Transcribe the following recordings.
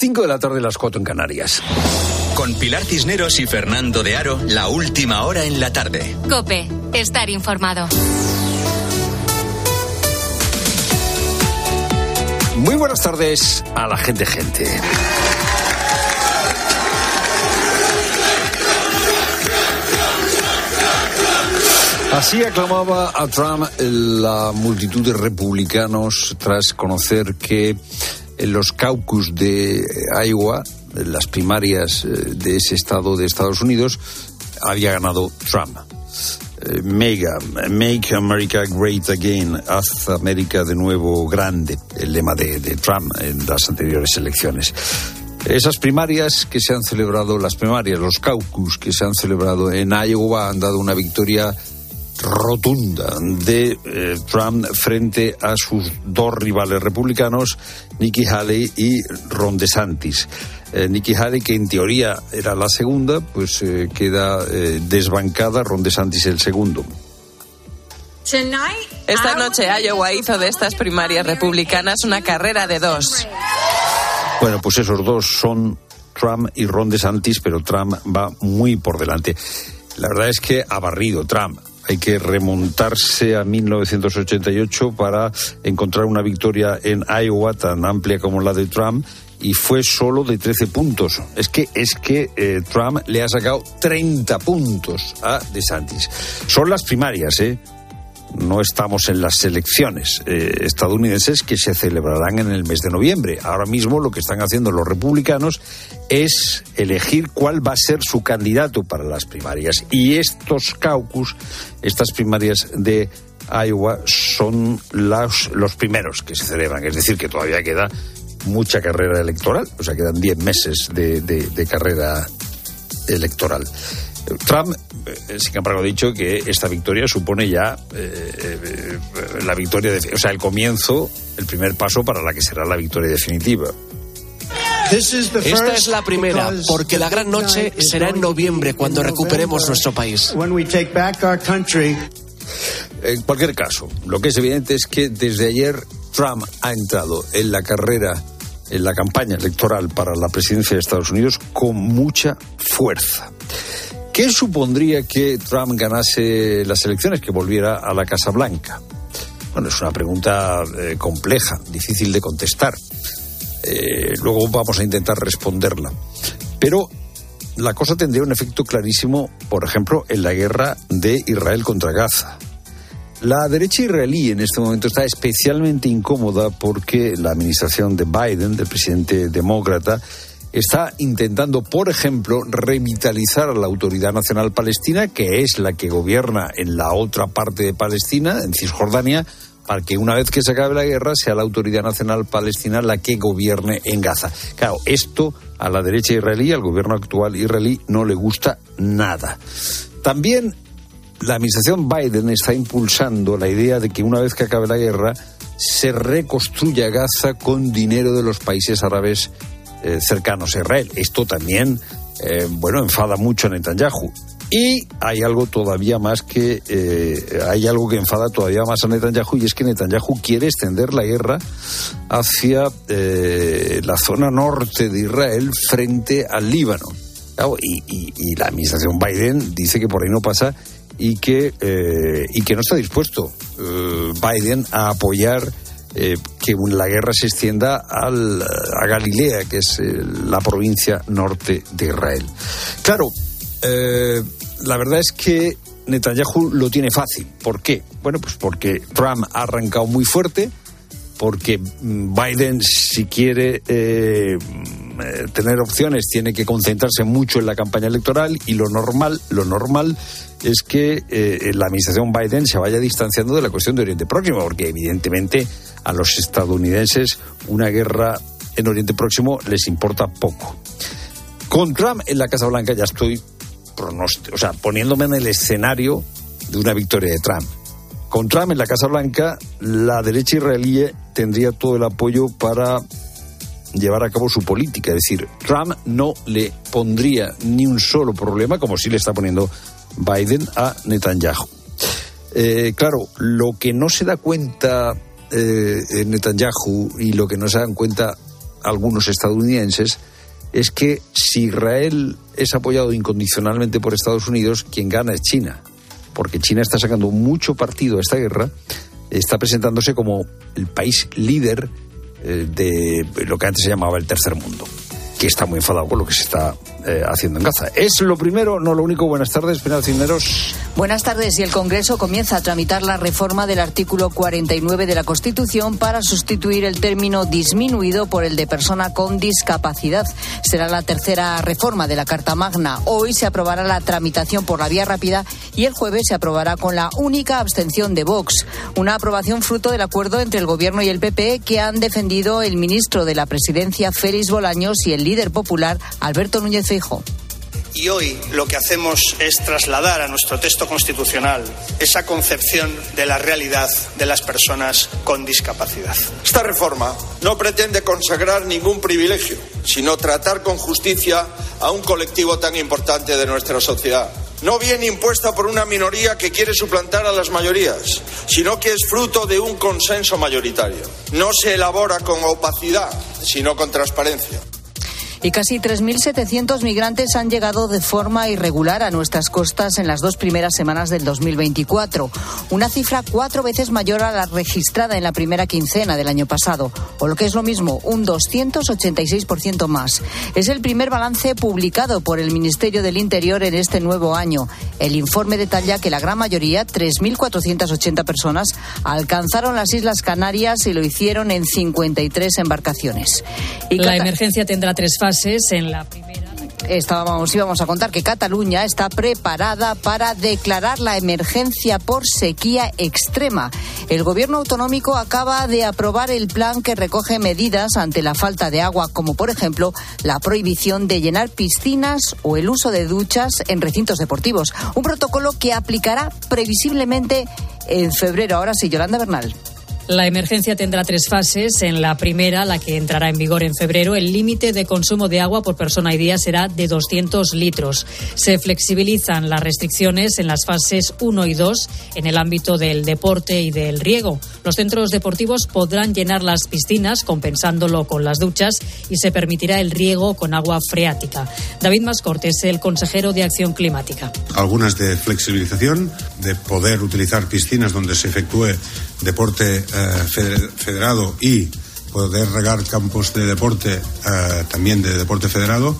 5 de la tarde, las 4 en Canarias. Con Pilar Cisneros y Fernando de Aro, la última hora en la tarde. COPE, estar informado. Muy buenas tardes a la gente. Así aclamaba a Trump la multitud de republicanos tras conocer que en los caucus de Iowa, en las primarias de ese estado de Estados Unidos, había ganado Trump. Make America Great Again, haz América de nuevo grande, el lema de Trump en las anteriores elecciones. Esas primarias que se han celebrado, los caucus que se han celebrado en Iowa han dado una victoria rotunda de Trump frente a sus dos rivales republicanos, Nikki Haley y Ron DeSantis. Nikki Haley, que en teoría era la segunda, pues queda desbancada, Ron DeSantis el segundo. Esta noche Iowa hizo de estas primarias republicanas una carrera de dos. Bueno, pues esos dos son Trump y Ron DeSantis, pero Trump va muy por delante. La verdad es que ha barrido Trump. Hay que remontarse a 1988 para encontrar una victoria en Iowa tan amplia como la de Trump, y fue solo de 13 puntos. Es que Trump le ha sacado 30 puntos a DeSantis. Son las primarias, No estamos en las elecciones estadounidenses que se celebrarán en el mes de noviembre. Ahora mismo lo que están haciendo los republicanos es elegir cuál va a ser su candidato para las primarias. Y estos caucus, estas primarias de Iowa, son los primeros que se celebran. Es decir, que todavía queda mucha carrera electoral. O sea, quedan 10 meses de carrera electoral. Trump, sin embargo, ha dicho que esta victoria supone ya la victoria, el comienzo, el primer paso para la que será la victoria definitiva. Esta es la primera, porque la gran noche será en noviembre, cuando recuperemos nuestro país. En cualquier caso, lo que es evidente es que desde ayer Trump ha entrado en la carrera, en la campaña electoral para la presidencia de Estados Unidos con mucha fuerza. ¿Qué supondría que Trump ganase las elecciones, que volviera a la Casa Blanca? Bueno, es una pregunta compleja, difícil de contestar. Luego vamos a intentar responderla. Pero la cosa tendría un efecto clarísimo, por ejemplo, en la guerra de Israel contra Gaza. La derecha israelí en este momento está especialmente incómoda porque la administración de Biden, del presidente demócrata, está intentando, por ejemplo, revitalizar a la Autoridad Nacional Palestina, que es la que gobierna en la otra parte de Palestina, en Cisjordania, para que una vez que se acabe la guerra sea la Autoridad Nacional Palestina la que gobierne en Gaza. Claro, esto a la derecha israelí, al gobierno actual israelí, no le gusta nada. También la administración Biden está impulsando la idea de que una vez que acabe la guerra se reconstruya Gaza con dinero de los países árabes cercanos a Israel. Esto también, enfada mucho a Netanyahu. Y hay algo todavía más hay algo que enfada todavía más a Netanyahu, y es que Netanyahu quiere extender la guerra hacia la zona norte de Israel frente al Líbano. Claro, y la administración Biden dice que por ahí no pasa y que no está dispuesto Biden a apoyar que la guerra se extienda a Galilea, que es la provincia norte de Israel. Claro, la verdad es que Netanyahu lo tiene fácil. ¿Por qué? Bueno, pues porque Trump ha arrancado muy fuerte, porque Biden, si quiere tener opciones, tiene que concentrarse mucho en la campaña electoral, y lo normal es que la administración Biden se vaya distanciando de la cuestión de Oriente Próximo, porque evidentemente a los estadounidenses una guerra en Oriente Próximo les importa poco. Con Trump en la Casa Blanca ya estoy poniéndome en el escenario de una victoria de Trump. Con Trump en la Casa Blanca, la derecha israelí tendría todo el apoyo para llevar a cabo su política. Es decir, Trump no le pondría ni un solo problema, como sí le está poniendo Biden a Netanyahu. Claro, lo que no se da cuenta Netanyahu, y lo que no se dan cuenta algunos estadounidenses es que si Israel es apoyado incondicionalmente por Estados Unidos, quien gana es China, porque China está sacando mucho partido a esta guerra, está presentándose como el país líder de lo que antes se llamaba el tercer mundo, que está muy enfadado con lo que se está haciendo en Gaza. Es lo primero, no lo único. Buenas tardes, Pilar Cisneros. Buenas tardes. Y el Congreso comienza a tramitar la reforma del artículo 49 de la Constitución para sustituir el término disminuido por el de persona con discapacidad. Será la tercera reforma de la Carta Magna. Hoy se aprobará la tramitación por la vía rápida y el jueves se aprobará con la única abstención de Vox. Una aprobación fruto del acuerdo entre el Gobierno y el PP que han defendido el ministro de la Presidencia, Félix Bolaños, y el líder popular, Alberto Núñez Feijóo. Y hoy lo que hacemos es trasladar a nuestro texto constitucional esa concepción de la realidad de las personas con discapacidad. Esta reforma no pretende consagrar ningún privilegio, sino tratar con justicia a un colectivo tan importante de nuestra sociedad. No viene impuesta por una minoría que quiere suplantar a las mayorías, sino que es fruto de un consenso mayoritario. No se elabora con opacidad, sino con transparencia. Y casi 3.700 migrantes han llegado de forma irregular a nuestras costas en las 2 primeras semanas del 2024. Una cifra 4 veces mayor a la registrada en la primera quincena del año pasado. O lo que es lo mismo, un 286% más. Es el primer balance publicado por el Ministerio del Interior en este nuevo año. El informe detalla que la gran mayoría, 3.480 personas, alcanzaron las Islas Canarias y lo hicieron en 53 embarcaciones. Y la emergencia tendrá 3 fases. En la primera íbamos a contar que Cataluña está preparada para declarar la emergencia por sequía extrema. El gobierno autonómico acaba de aprobar el plan que recoge medidas ante la falta de agua, como por ejemplo la prohibición de llenar piscinas o el uso de duchas en recintos deportivos. Un protocolo que aplicará previsiblemente en febrero. Ahora sí, Yolanda Bernal. La emergencia tendrá 3 fases. En la primera, la que entrará en vigor en febrero, el límite de consumo de agua por persona y día será de 200 litros. Se flexibilizan las restricciones en las fases 1 y 2 en el ámbito del deporte y del riego. Los centros deportivos podrán llenar las piscinas compensándolo con las duchas y se permitirá el riego con agua freática. David Mascorte es el consejero de Acción Climática. Algunas de flexibilización, de poder utilizar piscinas donde se efectúe deporte federado y poder regar campos de deporte también de deporte federado.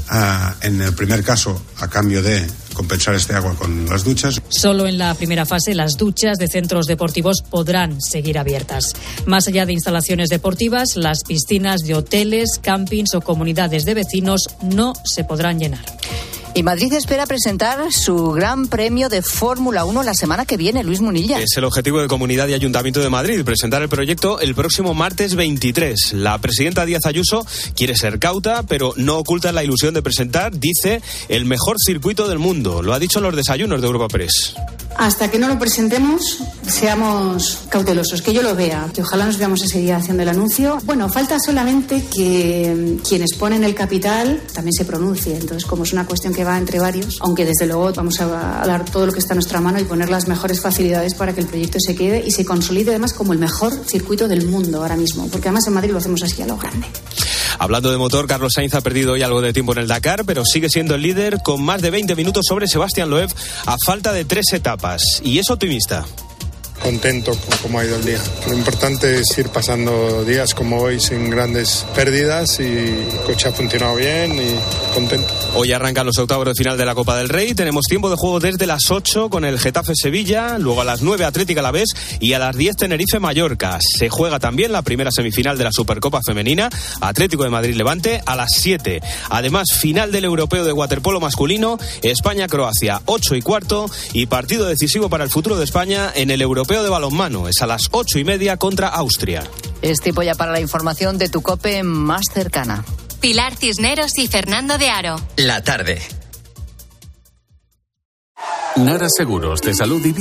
En el primer caso, a cambio de compensar este agua con las duchas. Solo en la primera fase las duchas de centros deportivos podrán seguir abiertas. Más allá de instalaciones deportivas, las piscinas de hoteles, campings o comunidades de vecinos no se podrán llenar. Y Madrid espera presentar su Gran Premio de Fórmula 1 la semana que viene, Luis Munilla. Es el objetivo de Comunidad y Ayuntamiento de Madrid, presentar el proyecto el próximo martes 23. La presidenta Díaz Ayuso quiere ser cauta, pero no oculta la ilusión de presentar, dice, el mejor circuito del mundo. Lo ha dicho en los desayunos de Europa Press. Hasta que no lo presentemos, seamos cautelosos, que yo lo vea, que ojalá nos veamos ese día haciendo el anuncio. Bueno, falta solamente que quienes ponen el capital también se pronuncie. Entonces, como es una cuestión que va entre varios, aunque desde luego vamos a dar todo lo que está a nuestra mano y poner las mejores facilidades para que el proyecto se quede y se consolide además como el mejor circuito del mundo ahora mismo, porque además en Madrid lo hacemos así a lo grande. Hablando de motor, Carlos Sainz ha perdido hoy algo de tiempo en el Dakar, pero sigue siendo el líder con más de 20 minutos sobre Sebastián Loeb a falta de 3 etapas. Y es optimista. Contento con cómo ha ido el día. Lo importante es ir pasando días como hoy sin grandes pérdidas y el coche ha funcionado bien y contento. Hoy arrancan los octavos de final de la Copa del Rey. Tenemos tiempo de juego desde las 8 con el Getafe-Sevilla, luego a las 9 Atlético Alavés y a las 10 Tenerife-Mallorca. Se juega también la primera semifinal de la Supercopa Femenina, Atlético de Madrid-Levante, a las 7. Además, final del Europeo de Waterpolo masculino, España-Croacia, 8:15 y partido decisivo para el futuro de España en el Europeo de balonmano. Es a las 8:30 contra Austria. Es tiempo ya para la información de tu COPE más cercana. Pilar Cisneros y Fernando de Aro. La tarde. Nara Seguros de Salud y Vida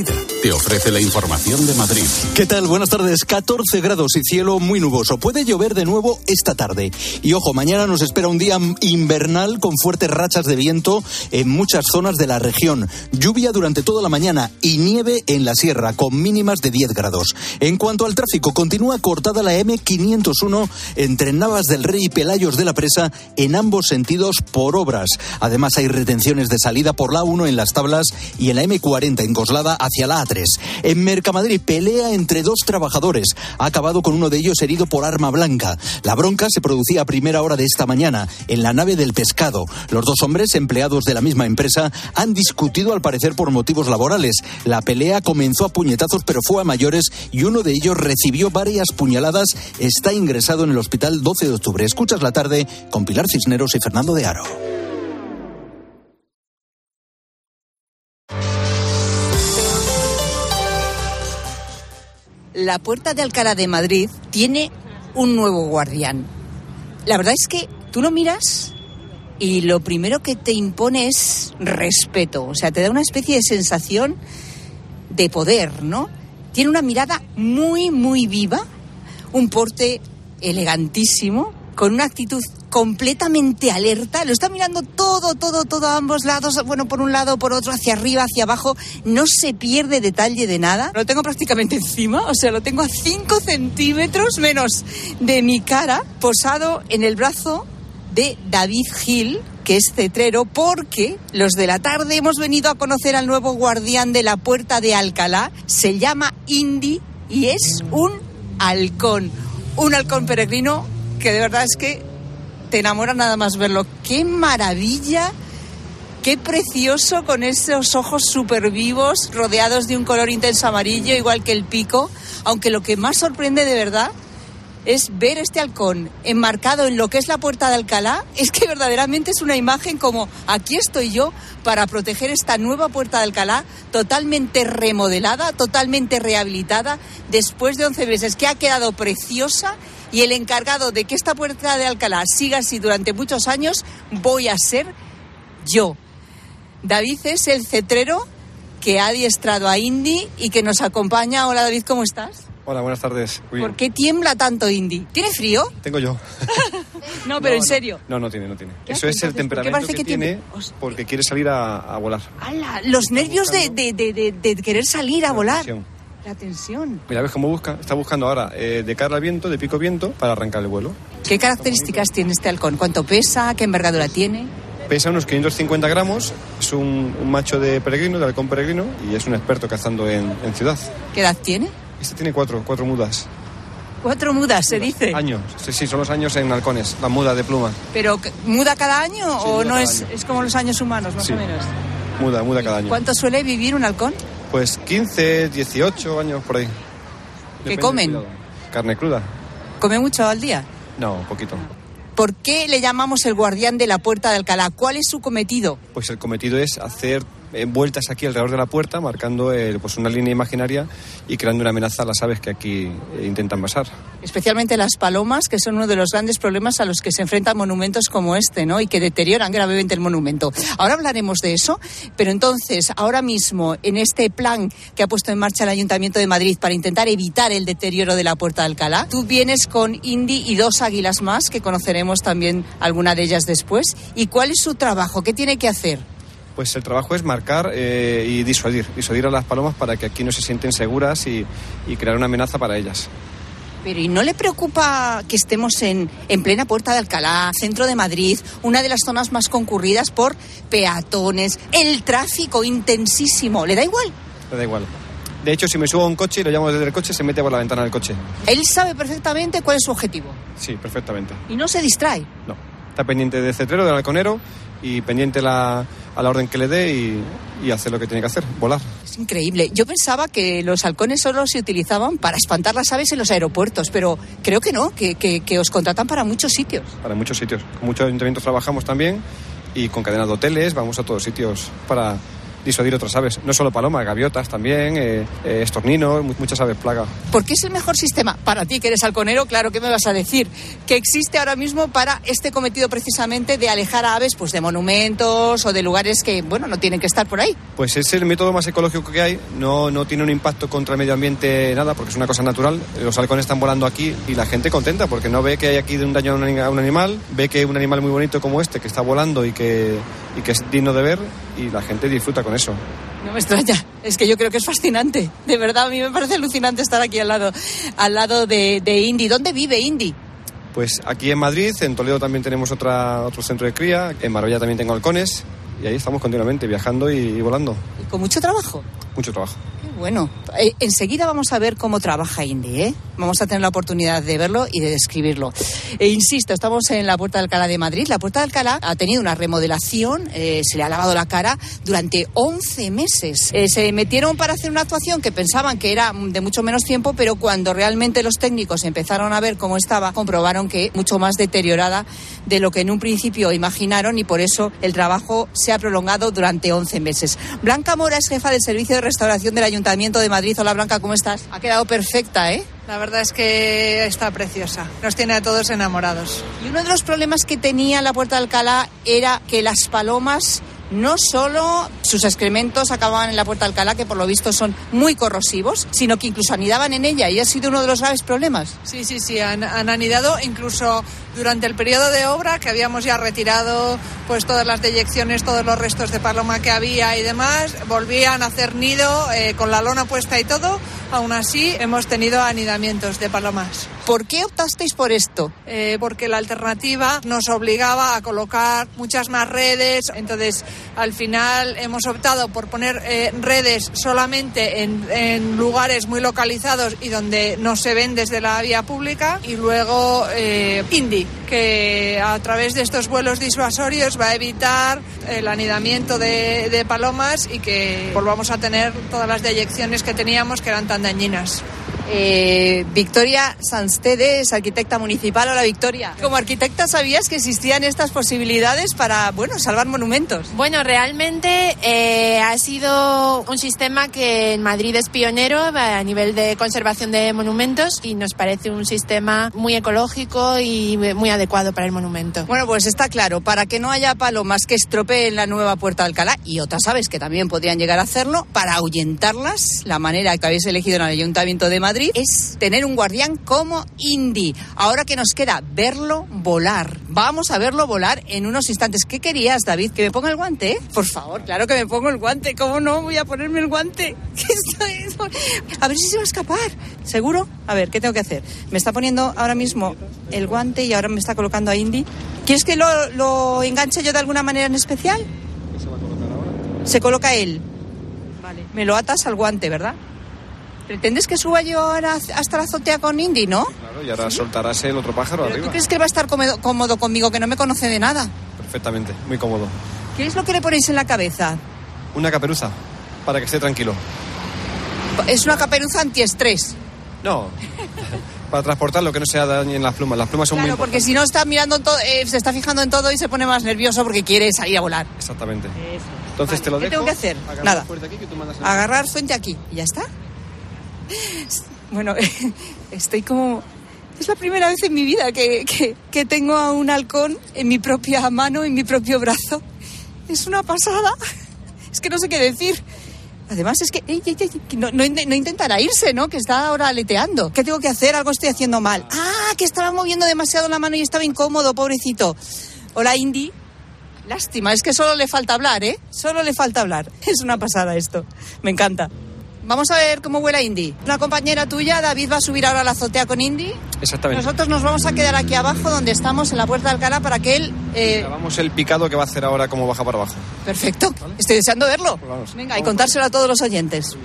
te ofrece la información de Madrid. ¿Qué tal? Buenas tardes. 14 grados y cielo muy nuboso. Puede llover de nuevo esta tarde. Y ojo, mañana nos espera un día invernal con fuertes rachas de viento en muchas zonas de la región. Lluvia durante toda la mañana y nieve en la sierra con mínimas de 10 grados. En cuanto al tráfico, continúa cortada la M501 entre Navas del Rey y Pelayos de la Presa en ambos sentidos por obras. Además hay retenciones de salida por la A1 en Las Tablas y en la M40 en Coslada hacia la A3. En Mercamadrid, pelea entre dos trabajadores. Ha acabado con uno de ellos herido por arma blanca. La bronca se producía a primera hora de esta mañana en la nave del Pescado. Los dos hombres, empleados de la misma empresa, han discutido al parecer por motivos laborales. La pelea comenzó a puñetazos pero fue a mayores y uno de ellos recibió varias puñaladas. Está ingresado en el hospital 12 de octubre. Escuchas la tarde con Pilar Cisneros y Fernando de Aro. La Puerta de Alcalá de Madrid tiene un nuevo guardián. La verdad es que tú lo miras y lo primero que te impone es respeto. O sea, te da una especie de sensación de poder, ¿no? Tiene una mirada muy, muy viva, un porte elegantísimo, con una actitud completamente alerta. Lo está mirando todo a ambos lados, bueno, por un lado, por otro, hacia arriba, hacia abajo. No se pierde detalle de nada. Lo tengo prácticamente encima, o sea, lo tengo a 5 centímetros menos de mi cara, posado en el brazo de David Gil, que es cetrero, porque los de la tarde hemos venido a conocer al nuevo guardián de la Puerta de Alcalá. Se llama Indy y es un halcón peregrino que de verdad es que te enamora nada más verlo. ¡Qué maravilla! ¡Qué precioso, con esos ojos súper vivos, rodeados de un color intenso amarillo, igual que el pico! Aunque lo que más sorprende de verdad es ver este halcón enmarcado en lo que es la Puerta de Alcalá. Es que verdaderamente es una imagen como: aquí estoy yo para proteger esta nueva Puerta de Alcalá, totalmente remodelada, totalmente rehabilitada, después de 11 meses, que ha quedado preciosa. Y el encargado de que esta Puerta de Alcalá siga así durante muchos años voy a ser yo. David es el cetrero que ha adiestrado a Indy y que nos acompaña. Hola, David, ¿cómo estás? Hola, buenas tardes. Muy bien. ¿Por qué tiembla tanto Indy? ¿Tiene frío? Tengo yo. No, pero en serio. No tiene. Eso es el temperamento que tiene porque quiere salir a volar. ¡Hala! Los nervios de querer salir a volar. La tensión. Mira, ves cómo busca. Está buscando ahora de cara al viento, de pico viento, para arrancar el vuelo. ¿Qué características tiene este halcón? ¿Cuánto pesa? ¿Qué envergadura tiene? Pesa unos 550 gramos. Es un macho de peregrino, de halcón peregrino, y es un experto cazando en ciudad. ¿Qué edad tiene? Este tiene cuatro mudas. 4 mudas, se dice. Años. Sí, son los años en halcones, la muda de pluma. ¿Pero muda cada año sí, o no es como los años humanos, más o menos? Muda cada año. ¿Cuánto suele vivir un halcón? Pues 15, 18 años por ahí. ¿Qué comen? Carne cruda. ¿Come mucho al día? No, poquito. ¿Por qué le llamamos el guardián de la Puerta de Alcalá? ¿Cuál es su cometido? Pues el cometido es hacer vueltas aquí alrededor de la puerta, marcando pues una línea imaginaria y creando una amenaza a las aves que aquí intentan pasar. Especialmente las palomas, que son uno de los grandes problemas a los que se enfrentan monumentos como este, ¿no? Y que deterioran gravemente el monumento. Ahora hablaremos de eso, pero entonces, ahora mismo, en este plan que ha puesto en marcha el Ayuntamiento de Madrid para intentar evitar el deterioro de la Puerta de Alcalá, tú vienes con Indy y 2 águilas más, que conoceremos también alguna de ellas después. ¿Y cuál es su trabajo? ¿Qué tiene que hacer? Pues el trabajo es marcar y disuadir a las palomas para que aquí no se sienten seguras y crear una amenaza para ellas. Pero ¿y no le preocupa que estemos en plena Puerta de Alcalá, centro de Madrid, una de las zonas más concurridas por peatones, el tráfico intensísimo? ¿Le da igual? Le da igual. De hecho, si me subo a un coche y lo llamo desde el coche, se mete por la ventana del coche. Él sabe perfectamente cuál es su objetivo. Sí, perfectamente. ¿Y no se distrae? No. Está pendiente del cetrero, del halconero, y pendiente a la orden que le dé y hacer lo que tiene que hacer, volar. Es increíble. Yo pensaba que los halcones solo se utilizaban para espantar las aves en los aeropuertos, pero creo que no, que os contratan para muchos sitios. Para muchos sitios. Con muchos ayuntamientos trabajamos también y con cadenas de hoteles vamos a todos sitios para disuadir otras aves. No solo palomas, gaviotas también, estorninos, muchas aves plaga. ¿Por qué es el mejor sistema? Para ti, que eres halconero, claro, ¿qué me vas a decir? Que existe ahora mismo para este cometido precisamente de alejar a aves pues de monumentos o de lugares que, bueno, no tienen que estar por ahí. Pues es el método más ecológico que hay, no tiene un impacto contra el medio ambiente nada, porque es una cosa natural. Los halcones están volando aquí y la gente contenta porque no ve que hay aquí un daño a un animal, ve que un animal muy bonito como este que está volando y que es digno de ver, y la gente disfruta con eso. No me extraña, es que yo creo que es fascinante. De verdad, a mí me parece alucinante estar aquí al lado de Indy. ¿Dónde vive Indy? Pues aquí en Madrid, en Toledo también tenemos otro centro de cría, en Marbella también tengo halcones, y ahí estamos continuamente viajando y volando. ¿Y con mucho trabajo? Mucho trabajo. Qué bueno. Enseguida vamos a ver cómo trabaja Indy, ¿eh? Vamos a tener la oportunidad de verlo y de describirlo. Insisto, estamos en la Puerta de Alcalá de Madrid. La Puerta de Alcalá ha tenido una remodelación, se le ha lavado la cara durante 11 meses. Se metieron para hacer una actuación que pensaban que era de mucho menos tiempo, pero cuando realmente los técnicos empezaron a ver cómo estaba, comprobaron que mucho más deteriorada de lo que en un principio imaginaron, y por eso el trabajo se ha prolongado durante 11 meses. Blanca Mora es jefa del Servicio de Restauración del Ayuntamiento de Madrid. Hola, Blanca, ¿cómo estás? Ha quedado perfecta, ¿eh? La verdad es que está preciosa, nos tiene a todos enamorados. Y uno de los problemas que tenía la Puerta de Alcalá era que las palomas, no solo sus excrementos acababan en la Puerta de Alcalá, que por lo visto son muy corrosivos, sino que incluso anidaban en ella, y ha sido uno de los graves problemas. Sí, han anidado incluso durante el periodo de obra, que habíamos ya retirado pues todas las deyecciones, todos los restos de paloma que había y demás, volvían a hacer nido con la lona puesta y todo. Aún así hemos tenido anidamientos de palomas. ¿Por qué optasteis por esto? Porque la alternativa nos obligaba a colocar muchas más redes, entonces al final hemos optado por poner redes solamente en lugares muy localizados y donde no se ven desde la vía pública, y luego Indy, que a través de estos vuelos disuasorios va a evitar el anidamiento de palomas y que volvamos a tener todas las deyecciones que teníamos, que eran tan dañinas. Victoria Sanstedes, arquitecta municipal. Hola, Victoria. Como arquitecta, ¿sabías que existían estas posibilidades para, salvar monumentos? Bueno, realmente ha sido un sistema que en Madrid es pionero a nivel de conservación de monumentos, y nos parece un sistema muy ecológico y muy adecuado para el monumento. Bueno, pues está claro, para que no haya palomas que estropeen la nueva Puerta de Alcalá, y otras aves que también podrían llegar a hacerlo, para ahuyentarlas, la manera que habéis elegido en el Ayuntamiento de Madrid es tener un guardián como Indy. Ahora que nos queda verlo volar. Vamos a verlo volar en unos instantes. ¿Qué querías, David? ¿Que me ponga el guante? Por favor, claro que me pongo el guante. ¿Cómo no voy a ponerme el guante? A ver si se va a escapar. ¿Seguro? A ver, ¿qué tengo que hacer? Me está poniendo ahora mismo el guante y ahora me está colocando a Indy. ¿Quieres que lo enganche yo de alguna manera en especial? ¿Qué se va a colocar ahora? Se coloca él. Vale. Me lo atas al guante, ¿verdad? ¿Pretendes que suba yo ahora hasta la azotea con Indy, no? Claro, y ahora soltarás el otro pájaro ¿Pero arriba. tú crees que va a estar cómodo conmigo, que no me conoce de nada? Perfectamente, muy cómodo. ¿Qué es lo que le ponéis en la cabeza? Una caperuza, para que esté tranquilo. ¿Es una caperuza antiestrés? No, para transportar lo que no sea daño en las plumas. Las plumas son muy importantes. Porque si no está mirando todo, se está fijando en todo y se pone más nervioso porque quiere salir a volar. Exactamente. Eso. Entonces te lo dejo. ¿Qué tengo que hacer? Nada. Agarrar fuente aquí y ya está. Bueno, estoy como... Es la primera vez en mi vida que tengo a un halcón en mi propia mano, en mi propio brazo. Es una pasada. Es que no sé qué decir. Además es que no intentará irse, ¿no? Que está ahora aleteando. ¿Qué tengo que hacer? Algo estoy haciendo mal. Ah, que estaba moviendo demasiado la mano y estaba incómodo, pobrecito. Hola, Indy. Lástima, es que solo le falta hablar, ¿eh? Solo le falta hablar. Es una pasada esto. Me encanta. Vamos a ver cómo vuela Indy. Una compañera tuya, David, va a subir ahora a la azotea con Indy. Exactamente. Nosotros nos vamos a quedar aquí abajo donde estamos, en la Puerta de Alcalá, para que él... Grabamos el picado que va a hacer ahora como baja para abajo. Perfecto. ¿Vale? Estoy deseando verlo. Pues vamos. Venga, y contárselo a todos los oyentes.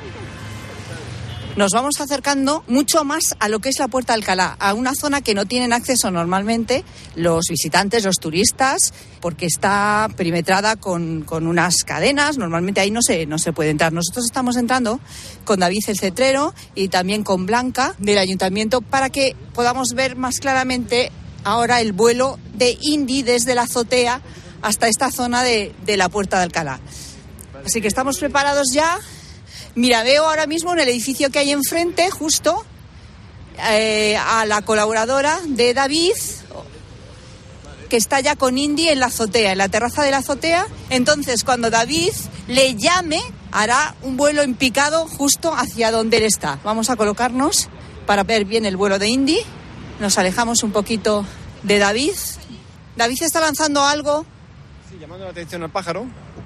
Nos vamos acercando mucho más a lo que es la Puerta de Alcalá, a una zona que no tienen acceso normalmente los visitantes, los turistas, porque está perimetrada con unas cadenas. Normalmente ahí no se puede entrar. Nosotros estamos entrando con David el cetrero y también con Blanca del Ayuntamiento para que podamos ver más claramente ahora el vuelo de Indy desde la azotea hasta esta zona de la Puerta de Alcalá. Así que estamos preparados ya. Mira, veo ahora mismo en el edificio que hay enfrente, justo, a la colaboradora de David, que está ya con Indy en la azotea, en la terraza de la azotea. Entonces, cuando David le llame, hará un vuelo en picado justo hacia donde él está. Vamos a colocarnos para ver bien el vuelo de Indy. Nos alejamos un poquito de David. David está lanzando algo. Sí, llamando la atención al pájaro.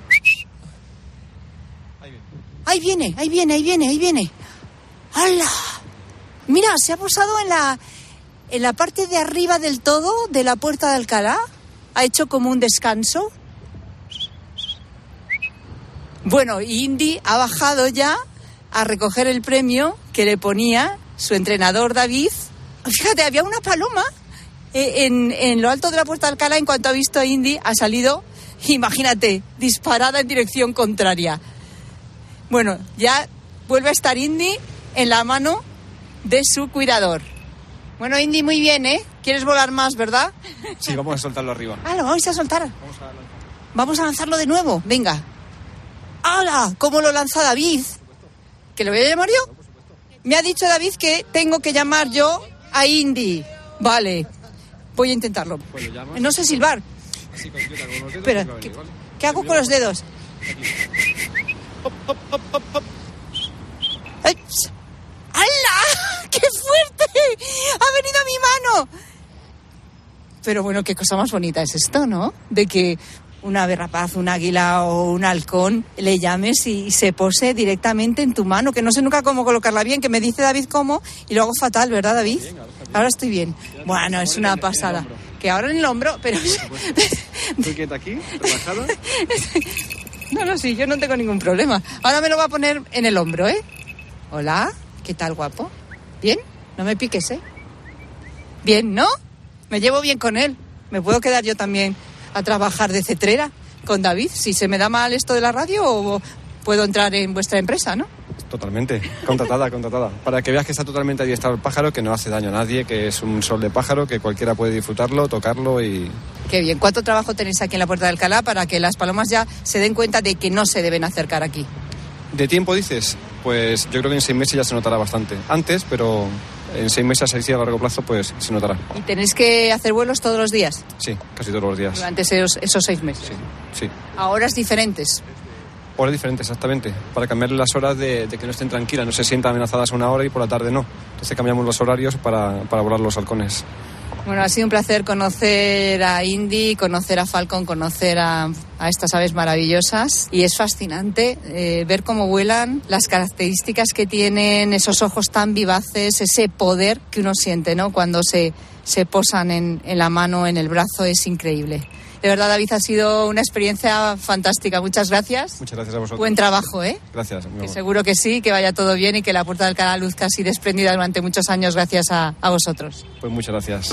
Ahí viene. ¡Hala! Mira, se ha posado en la parte de arriba del todo de la Puerta de Alcalá. Ha hecho como un descanso. Bueno, Indy ha bajado ya a recoger el premio que le ponía su entrenador David. Fíjate, había una paloma en lo alto de la Puerta de Alcalá. En cuanto ha visto a Indy, ha salido, imagínate, disparada en dirección contraria. Bueno, ya vuelve a estar Indy en la mano de su cuidador. Bueno, Indy, muy bien, ¿eh? ¿Quieres volar más, verdad? Sí, vamos a soltarlo arriba. Ah, lo vamos a soltar. Vamos a lanzarlo de nuevo, venga. ¡Hala! ¿Cómo lo lanza David? ¿Que lo voy a llamar yo? Me ha dicho David que tengo que llamar yo a Indy. Vale, voy a intentarlo. No sé silbar. Espera, ¿qué hago con los dedos? ¡Hala! ¡Qué fuerte! ¡Ha venido a mi mano! Pero bueno, qué cosa más bonita es esto, ¿no? De que una ave rapaz, un águila o un halcón le llames y se pose directamente en tu mano, que no sé nunca cómo colocarla bien, que me dice David cómo y lo hago fatal, ¿verdad, David? Ahora estoy bien. Bueno, es una pasada. Que ahora en el hombro, pero... ¿Estoy quieta aquí? ¿Relajada? No, sí, yo no tengo ningún problema. Ahora me lo va a poner en el hombro, ¿eh? Hola, ¿qué tal, guapo? ¿Bien? No me piques, ¿eh? Bien, ¿no? Me llevo bien con él. Me puedo quedar yo también a trabajar de cetrera con David. Si se me da mal esto de la radio, o puedo entrar en vuestra empresa, ¿no? Totalmente, contratada. Para que veas que está totalmente adiestrado el pájaro, que no hace daño a nadie, que es un sol de pájaro, que cualquiera puede disfrutarlo, tocarlo y... Qué bien. ¿Cuánto trabajo tenéis aquí en la Puerta de Alcalá para que las palomas ya se den cuenta de que no se deben acercar aquí? ¿De tiempo dices? Pues yo creo que en 6 meses ya se notará bastante. Antes, pero en 6 meses, así a largo plazo, pues se notará. ¿Y tenéis que hacer vuelos todos los días? Sí, casi todos los días. Durante esos 6 meses. Sí. ¿A horas diferentes? Horas diferentes, exactamente. Para cambiarle las horas de que no estén tranquilas, no se sientan amenazadas una hora y por la tarde no. Entonces cambiamos los horarios para volar los halcones. Bueno, ha sido un placer conocer a Indy, conocer a Falcon, conocer a estas aves maravillosas. Y es fascinante ver cómo vuelan, las características que tienen, esos ojos tan vivaces, ese poder que uno siente, ¿no? Cuando se posan en la mano, en el brazo, es increíble. De verdad, David, ha sido una experiencia fantástica. Muchas gracias. Muchas gracias a vosotros. Buen trabajo, ¿eh? Gracias. Que seguro que sí, que vaya todo bien y que la Puerta de Alcalá luzca así desprendida durante muchos años gracias a vosotros. Pues muchas gracias.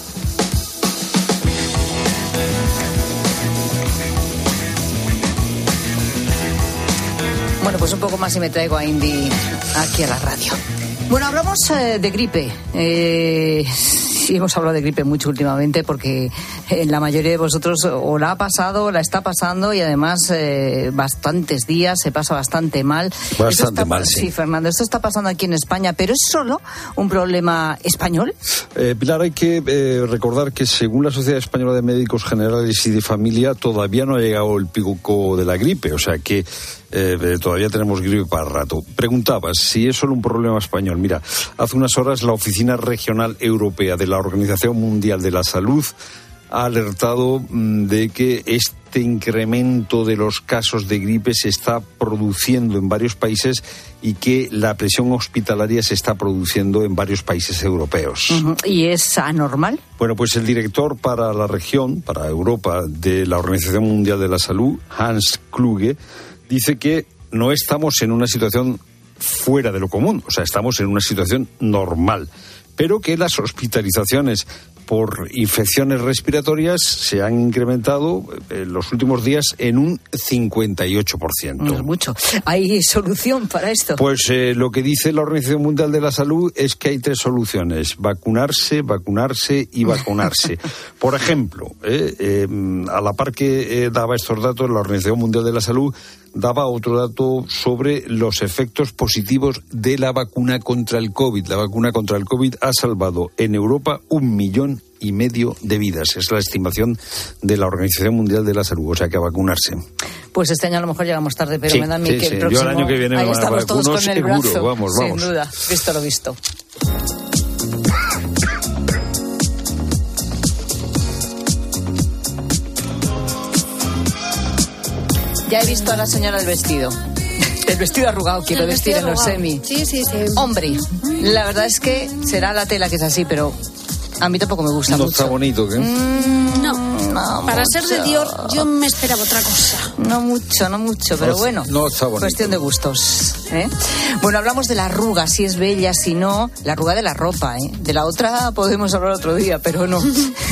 Bueno, pues un poco más y me traigo a Indy aquí a la radio. Bueno, hablamos de gripe. Sí, hemos hablado de gripe mucho últimamente porque la mayoría de vosotros o la ha pasado o la está pasando y además bastantes días se pasa bastante mal. Bastante mal, sí. Sí, Fernando, esto está pasando aquí en España, pero ¿es solo un problema español? Pilar, hay que recordar que según la Sociedad Española de Médicos Generales y de Familia todavía no ha llegado el pico de la gripe, o sea que todavía tenemos gripe para rato. Preguntabas si es solo un problema español. Mira, hace unas horas la Oficina Regional Europea de la Organización Mundial de la Salud ha alertado de que este incremento de los casos de gripe se está produciendo en varios países y que la presión hospitalaria se está produciendo en varios países europeos. ¿Y es anormal? Bueno, pues el director para la región, para Europa, de la Organización Mundial de la Salud, Hans Kluge, dice que no estamos en una situación fuera de lo común, o sea, estamos en una situación normal, pero que las hospitalizaciones por infecciones respiratorias se han incrementado en los últimos días en un 58%. No es mucho. ¿Hay solución para esto? Pues lo que dice la Organización Mundial de la Salud es que hay 3 soluciones: vacunarse, vacunarse y vacunarse. Por ejemplo, a la par que daba estos datos, la Organización Mundial de la Salud daba otro dato sobre los efectos positivos de la vacuna contra el COVID. La vacuna contra el COVID ha salvado en Europa 1,5 millones de vidas. Es la estimación de la Organización Mundial de la Salud. O sea, que a vacunarse. Pues este año a lo mejor llegamos tarde, pero sí, me da a mí que el próximo... Yo el año que viene ahí estamos todos con el seguro. brazo. Vamos. Sin duda, visto lo visto. Ya he visto a la señora del vestido. El vestido arrugado, quiero vestir en los semi. Sí. Hombre, la verdad es que será la tela que es así, pero a mí tampoco me gusta mucho. No está bonito, ¿qué? No, para ser de Dior yo me esperaba otra cosa. No mucho, pero bueno. No está bonito. Cuestión de gustos, ¿eh? Bueno, hablamos de la arruga, si es bella, si no. La arruga de la ropa, ¿eh? De la otra podemos hablar otro día, pero no.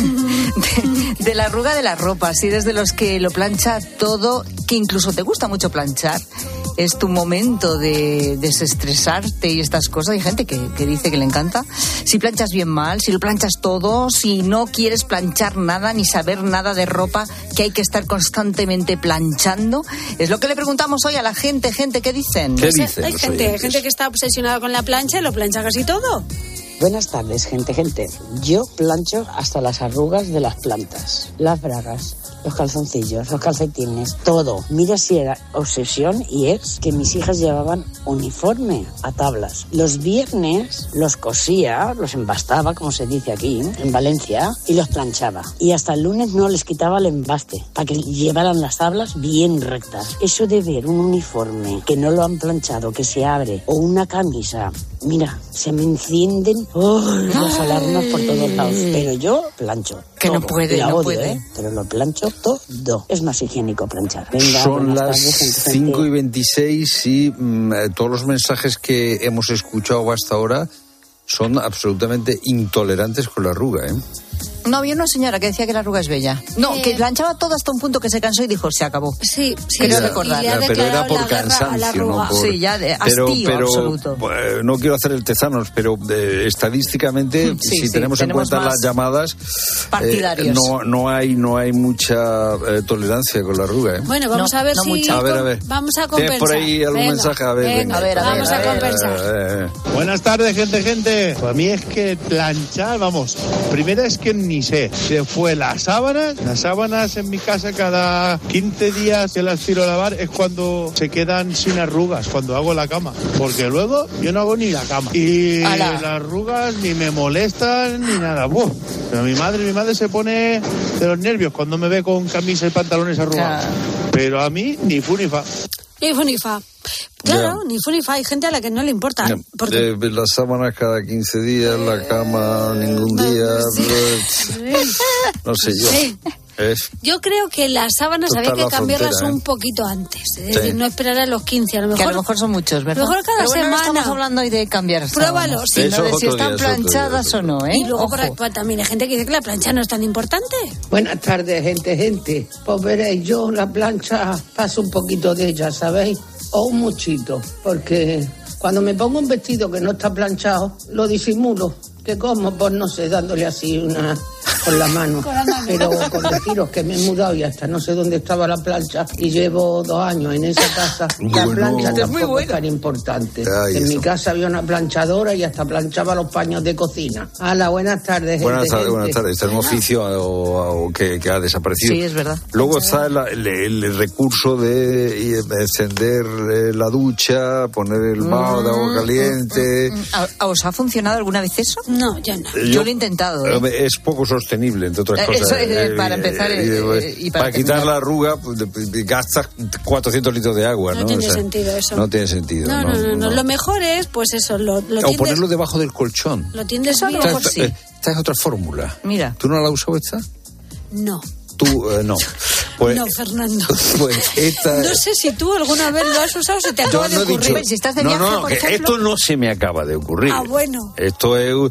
De la arruga de la ropa, si eres de los que lo plancha todo, que incluso te gusta mucho planchar. Es tu momento de desestresarte y estas cosas. Hay gente que dice que le encanta. Si planchas bien mal, si lo planchas todo, si no quieres planchar nada ni saber nada de ropa, que hay que estar constantemente planchando. Es lo que le preguntamos hoy a la gente. ¿Qué dicen? ¿Qué dicen? Hay gente que está obsesionada con la plancha y lo plancha casi todo. Buenas tardes, gente. Yo plancho hasta las arrugas de las plantas, las bragas, los calzoncillos, los calcetines, todo. Mira si era obsesión, y es que mis hijas llevaban uniforme a tablas. Los viernes los cosía, los embastaba, como se dice aquí, en Valencia, y los planchaba. Y hasta el lunes no les quitaba el embaste, para que llevaran las tablas bien rectas. Eso de ver un uniforme que no lo han planchado, que se abre, o una camisa, mira, se me encienden las alarmas por todos lados. Pero yo plancho. Que todo. no puede, la no odio, puede. Pero lo plancho todo. Es más higiénico planchar. Venga, son las tardes, 5:26 y todos los mensajes que hemos escuchado hasta ahora son absolutamente intolerantes con la arruga, ¿eh? No, había una señora que decía que la arruga es bella. No, que planchaba todo hasta un punto que se cansó y dijo, se acabó. Sí. Creo recordar. Pero era por cansancio, no por... Sí, ya de hastío absoluto. No quiero hacer el tezanos, pero estadísticamente, si tenemos en cuenta las llamadas, partidarios. No hay mucha tolerancia con la arruga, ¿eh? Bueno, vamos a ver si... A ver. Vamos a compensar. ¿Tienes por ahí algún mensaje? A ver, vamos a compensar. Buenas tardes, gente. Para mí es que planchar, vamos, primero es que ni sé, se fue las sábanas en mi casa cada 15 días que las tiro a lavar es cuando se quedan sin arrugas, cuando hago la cama, porque luego yo no hago ni la cama y las arrugas ni me molestan ni nada. Pero mi madre se pone de los nervios cuando me ve con camisa y pantalones arrugados, pero a mí ni fu ni fa. Ni fu ni fa. Claro, ni fu ni fa. Hay gente a la que no le importa. Porque... las sábanas cada 15 días, la cama ningún día. No sé yo. Sí. Yo creo que las sábanas había que cambiarlas un poquito antes. Es decir, no esperar a los 15. A lo mejor son muchos, ¿verdad? A lo mejor cada semana. No estamos hablando hoy de cambiar sábanas. Pruébalo, sí. De si están planchadas o no, ¿eh? Y luego por actual también hay gente que dice que la plancha no es tan importante. Buenas tardes, gente. Pues veréis, yo la plancha paso un poquito de ella, ¿sabéis? O un muchito, porque cuando me pongo un vestido que no está planchado, lo disimulo. Que como, pues no sé, dándole así una con la mano. Pero con deciros que me he mudado y hasta no sé dónde estaba la plancha y llevo 2 años en esa casa. La plancha tampoco es tan importante. En mi casa había una planchadora y hasta planchaba los paños de cocina. Hala, buenas tardes, gente. Buenas tardes. Está en un oficio que ha desaparecido. Sí, es verdad. Luego está el recurso de encender la ducha, poner el vaso de agua caliente. ¿Os ha funcionado alguna vez eso? No, yo no. Yo lo he intentado. Es poco sostenible, entre otras cosas. Eso, para empezar. Para quitar la arruga, gastas 400 litros de agua, ¿no? No tiene sentido eso. No tiene sentido. No. Lo mejor es, pues eso, lo tiendes... O ponerlo debajo del colchón. Lo tiendes bien. Esta es otra fórmula. Mira. ¿Tú no la has usado esta? No. Tú, no. Pues, no, Fernando. Pues esta... No sé si tú alguna vez lo has usado o se te acaba de ocurrir. Si estás de viaje, por ejemplo... Esto no se me acaba de ocurrir. Ah, bueno. Esto es...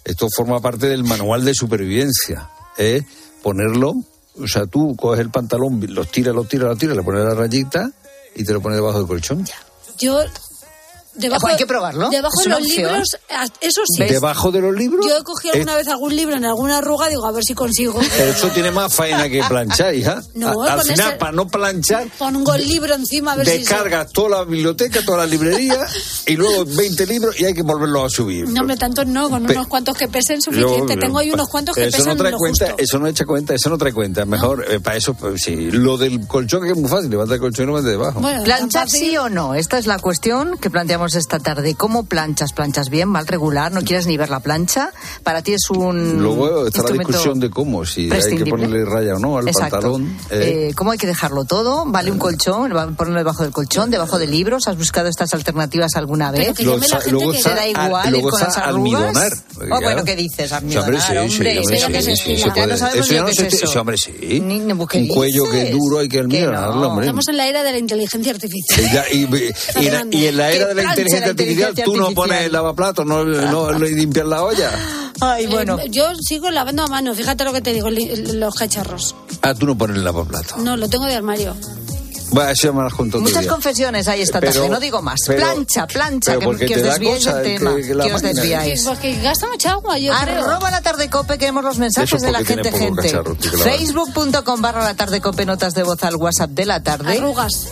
Esto forma parte del manual de supervivencia. Ponerlo, o sea, tú coges el pantalón, los tiras, le pones la rayita y te lo pones debajo del colchón. Yo... hay que probarlo. Debajo de los libros, eso sí. ¿Debajo de los libros? Yo he cogido alguna vez algún libro en alguna arruga, digo, a ver si consigo. Eso tiene más faena que planchar, hija. No, al final, para no planchar, pongo el libro encima a ver si... Descargas toda la biblioteca, toda la librería, y luego 20 libros y hay que volverlos a subir. No, hombre, tantos no, con unos cuantos que pesen suficiente. Tengo ahí unos cuantos que pesan lo justo. Eso no echa cuenta, eso no trae cuenta. Mejor, para eso, pues, sí. Lo del colchón, que es muy fácil, levanta el colchón y lo mete debajo. Bueno, ¿planchar sí o no? Esta es la cuestión que planteamos esta tarde. ¿Cómo planchas? ¿Planchas bien, mal, regular? ¿No quieres ni ver la plancha? Para ti es un Luego está la discusión de cómo, si hay que ponerle raya o no al pantalón. ¿Cómo hay que dejarlo todo? ¿Vale un colchón? ¿Ponerlo debajo del colchón? ¿Debajo de libros? ¿Has buscado estas alternativas alguna vez? Luego que te da igual ir con las arrugas. Bueno, ¿qué dices? Almidonar, hombre. Eso ya no sé, eso, hombre, sí. Un cuello que es duro hay que almidonarlo, hombre. Estamos en la era de la inteligencia artificial. Y en la era de la inteligencia artificial tú no pones el lavaplatos, no limpias la olla. Ay, bueno. Yo sigo lavando a mano, fíjate lo que te digo, los cacharros. Tú no pones el lavaplatos. No, lo tengo de armario. Bueno, eso me las junto. Muchas confesiones hay esta tarde, no digo más. Plancha, que os desviáis del tema. Que os desviáis. Porque gasta mucha agua, yo creo. Arroba La Tarde Cope, queremos los mensajes de la gente. Facebook.com/latardecope, notas de voz al WhatsApp de la tarde. Arrugas.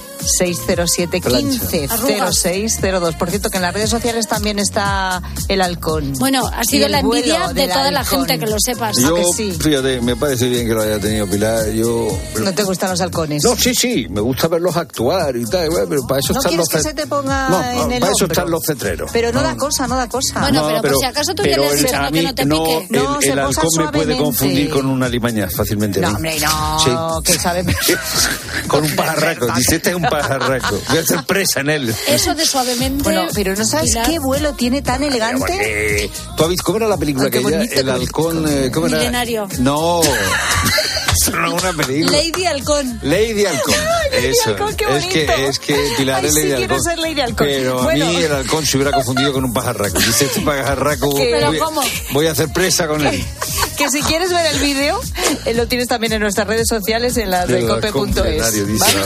607-15-0602. Por cierto, que en las redes sociales también está el halcón. Bueno, ha sido la envidia de toda la gente, que lo sepas. Yo, fíjate, me parece bien que lo haya tenido Pilar. ¿No te gustan los halcones? No, sí, me gusta verlos actuar y tal, pero para eso están los... ¿No quieres que se te ponga en el para eso hombro? Están los cetreros. Pero no da cosa. Bueno, pero por si acaso tú ya le has dicho que no te pique. El halcón me puede confundir con una limaña fácilmente. No, hombre, no, sí. Que sabe... Con un pajarraco, dice, este es un pajarraco. Voy a hacer presa en él. Eso de suavemente... Bueno, pero ¿no sabes qué vuelo tiene tan elegante? ¿Cómo era la película que ella, el halcón... ¿cómo era? Milenario. No... No, una película. Lady Halcón. Eso. Es que Pilar es Lady Halcón. Ser Lady Halcón. Pero a mí el halcón se hubiera confundido con un pajarraco. Dice, este pajarraco voy a hacer presa con él. Que si quieres ver el vídeo, lo tienes también en nuestras redes sociales, en las de cope.es.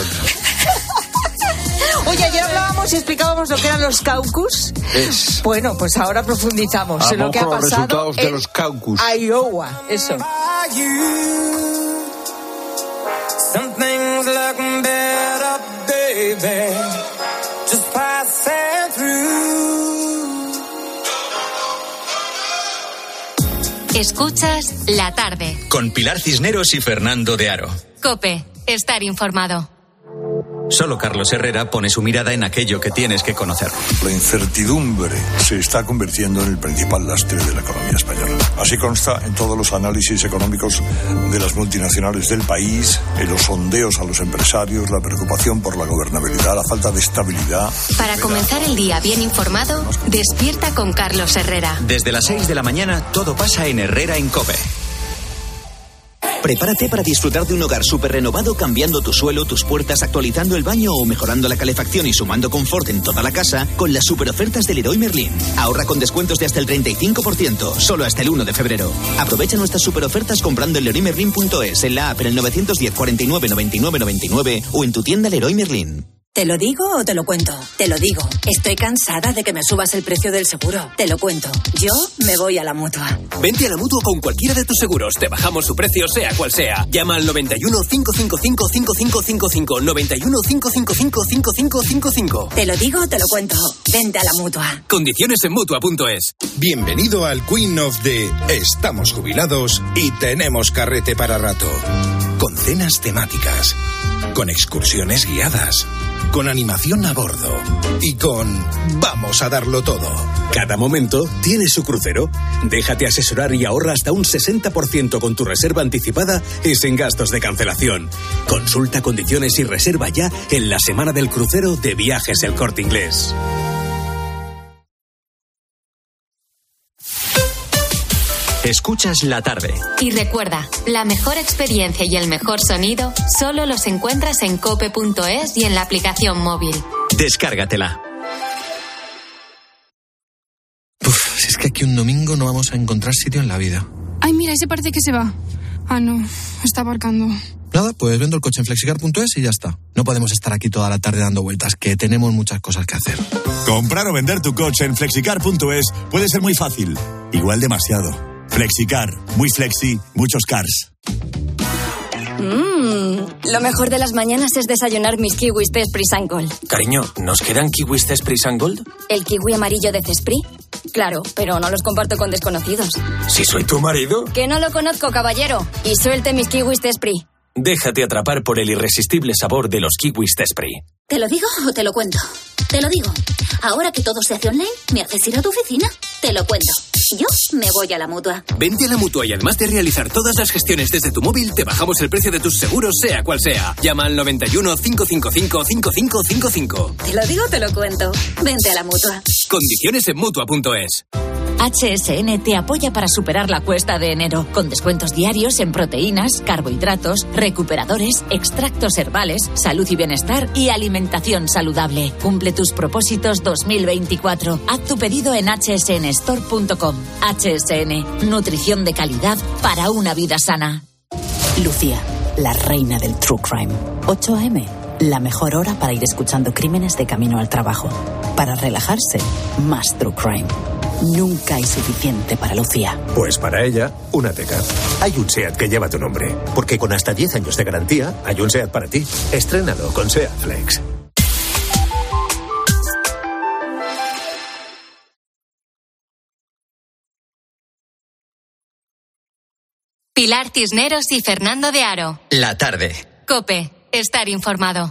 Oye, ayer hablábamos y explicábamos lo que eran los caucus. Bueno, pues ahora profundizamos en lo que ha pasado los resultados de los caucus. Iowa, eso. Something's looking better, baby. Just passing through. Escuchas La Tarde. Con Pilar Cisneros y Fernando de Aro. COPE. Estar informado. Solo Carlos Herrera pone su mirada en aquello que tienes que conocer. La incertidumbre se está convirtiendo en el principal lastre de la economía española. Así consta en todos los análisis económicos de las multinacionales del país, en los sondeos a los empresarios, la preocupación por la gobernabilidad, la falta de estabilidad. Para comenzar el día bien informado, despierta con Carlos Herrera. Desde las 6 de la mañana, todo pasa en Herrera en COPE. Prepárate para disfrutar de un hogar súper renovado, cambiando tu suelo, tus puertas, actualizando el baño o mejorando la calefacción y sumando confort en toda la casa con las super ofertas del Leroy Merlin. Ahorra con descuentos de hasta el 35%, solo hasta el 1 de febrero. Aprovecha nuestras super ofertas comprando en leroymerlin.es, en la app, en el 910 49 99 99 o en tu tienda Leroy Merlin. ¿Te lo digo o te lo cuento? Te lo digo. Estoy cansada de que me subas el precio del seguro. Te lo cuento. Yo me voy a la Mutua. Vente a la Mutua con cualquiera de tus seguros. Te bajamos su precio, sea cual sea. Llama al 91 555 5555. 91 555 5555. Te lo digo o te lo cuento. Vente a la Mutua. Condiciones en Mutua.es. Bienvenido al Queen of the Estamos jubilados y tenemos carrete para rato. Con cenas temáticas. Con excursiones guiadas. Con animación a bordo y con vamos a darlo todo. Cada momento tiene su crucero. Déjate asesorar y ahorra hasta un 60% con tu reserva anticipada y sin gastos de cancelación. Consulta condiciones y reserva ya en la semana del crucero de Viajes El Corte Inglés. Escuchas La Tarde. Y recuerda, la mejor experiencia y el mejor sonido solo los encuentras en cope.es y en la aplicación móvil. Descárgatela. Es que que un domingo no vamos a encontrar sitio en la vida. Ay, mira, ese parece que se va. Ah, no, está aparcando. Nada, pues vendo el coche en flexicar.es y ya está. No podemos estar aquí toda la tarde dando vueltas, que tenemos muchas cosas que hacer. Comprar o vender tu coche en flexicar.es puede ser muy fácil. Igual demasiado. Flexicar. Muy flexi, muchos cars. Lo mejor de las mañanas es desayunar mis kiwis Cespris and Gold. Cariño, ¿nos quedan kiwis Cespris and Gold? ¿El kiwi amarillo de Cespris? Claro, pero no los comparto con desconocidos. ¿Si soy tu marido? Que no lo conozco, caballero. Y suelte mis kiwis Cespris. Déjate atrapar por el irresistible sabor de los kiwis Cespris. ¿Te lo digo o te lo cuento? Te lo digo. Ahora que todo se hace online, ¿me haces ir a tu oficina? Te lo cuento. Yo me voy a la Mutua. Vente a la Mutua y además de realizar todas las gestiones desde tu móvil, te bajamos el precio de tus seguros, sea cual sea. Llama al 91 555 5555. Te lo digo, te lo cuento. Vente a la Mutua. Condiciones en Mutua.es. HSN te apoya para superar la cuesta de enero, con descuentos diarios en proteínas, carbohidratos, recuperadores, extractos herbales, salud y bienestar y alimentación saludable. Cumple tus propósitos 2024. Haz tu pedido en hsnstore.com. HSN, nutrición de calidad para una vida sana. Lucía, la reina del True Crime. 8 a.m., la mejor hora para ir escuchando crímenes de camino al trabajo. Para relajarse, más True Crime. Nunca hay suficiente para Lucía. Pues para ella, una Teca. Hay un SEAT que lleva tu nombre, porque con hasta 10 años de garantía, hay un SEAT para ti. Estrénalo con SEAT Flex. Pilar Cisneros y Fernando de Aro. La tarde. COPE. Estar informado.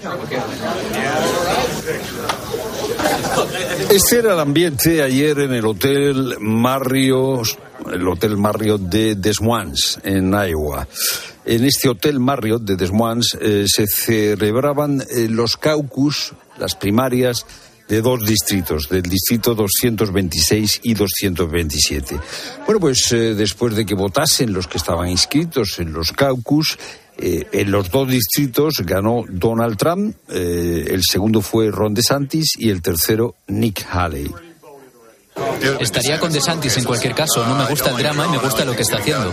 Este era el ambiente ayer en el Hotel Marriott de Des Moines, en Iowa. En este Hotel Marriott de Des Moines se celebraban los caucus, las primarias de dos distritos, del distrito 226 y 227. Bueno, pues después de que votasen los que estaban inscritos en los caucus, en los dos distritos ganó Donald Trump, el segundo fue Ron DeSantis y el tercero Nikki Haley. Estaría con DeSantis en cualquier caso. No me gusta el drama y me gusta lo que está haciendo.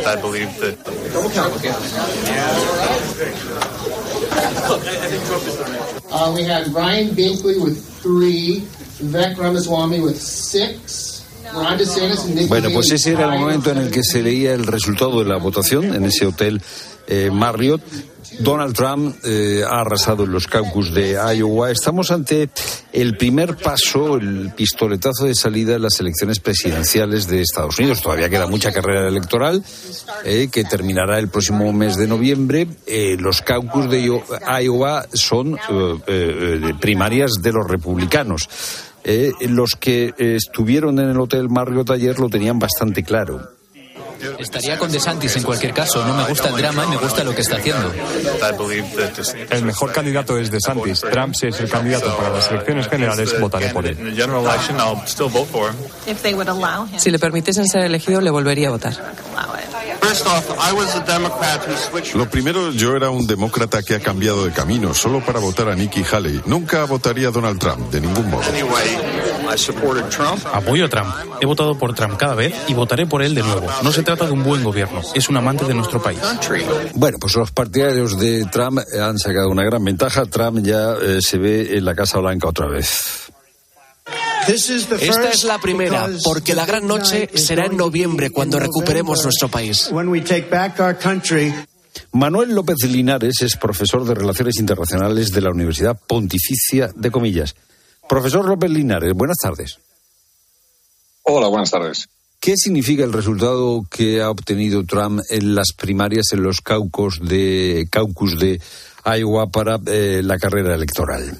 We had Ryan Binkley with 3, Vivek Ramaswamy with 6. Bueno, pues ese era el momento en el que se leía el resultado de la votación en ese hotel Marriott. Donald Trump ha arrasado en los caucus de Iowa. Estamos ante el primer paso, el pistoletazo de salida de las elecciones presidenciales de Estados Unidos. Todavía queda mucha carrera electoral que terminará el próximo mes de noviembre. Los caucus de Iowa son primarias de los republicanos. Los que estuvieron en el Hotel Marriott ayer lo tenían bastante claro. Estaría con DeSantis en cualquier caso. No me gusta el drama y me gusta lo que está haciendo. El mejor candidato es DeSantis. Trump, si es el candidato para las elecciones generales, votaré por él. Si le permitiesen ser elegido, le volvería a votar. Lo primero, yo era un demócrata que ha cambiado de camino solo para votar a Nikki Haley. Nunca votaría a Donald Trump, de ningún modo. Apoyo a Trump. He votado por Trump cada vez y votaré por él de nuevo. No se trata de un buen gobierno, es un amante de nuestro país. Bueno, pues los partidarios de Trump han sacado una gran ventaja. Trump ya se ve en la Casa Blanca otra vez. Esta es la primera, porque la gran noche será en noviembre cuando recuperemos nuestro país. Manuel López Linares es profesor de Relaciones Internacionales de la Universidad Pontificia de Comillas. Profesor López Linares, buenas tardes. Hola, buenas tardes. ¿Qué significa el resultado que ha obtenido Trump en las primarias, en los caucus de Iowa para la carrera electoral?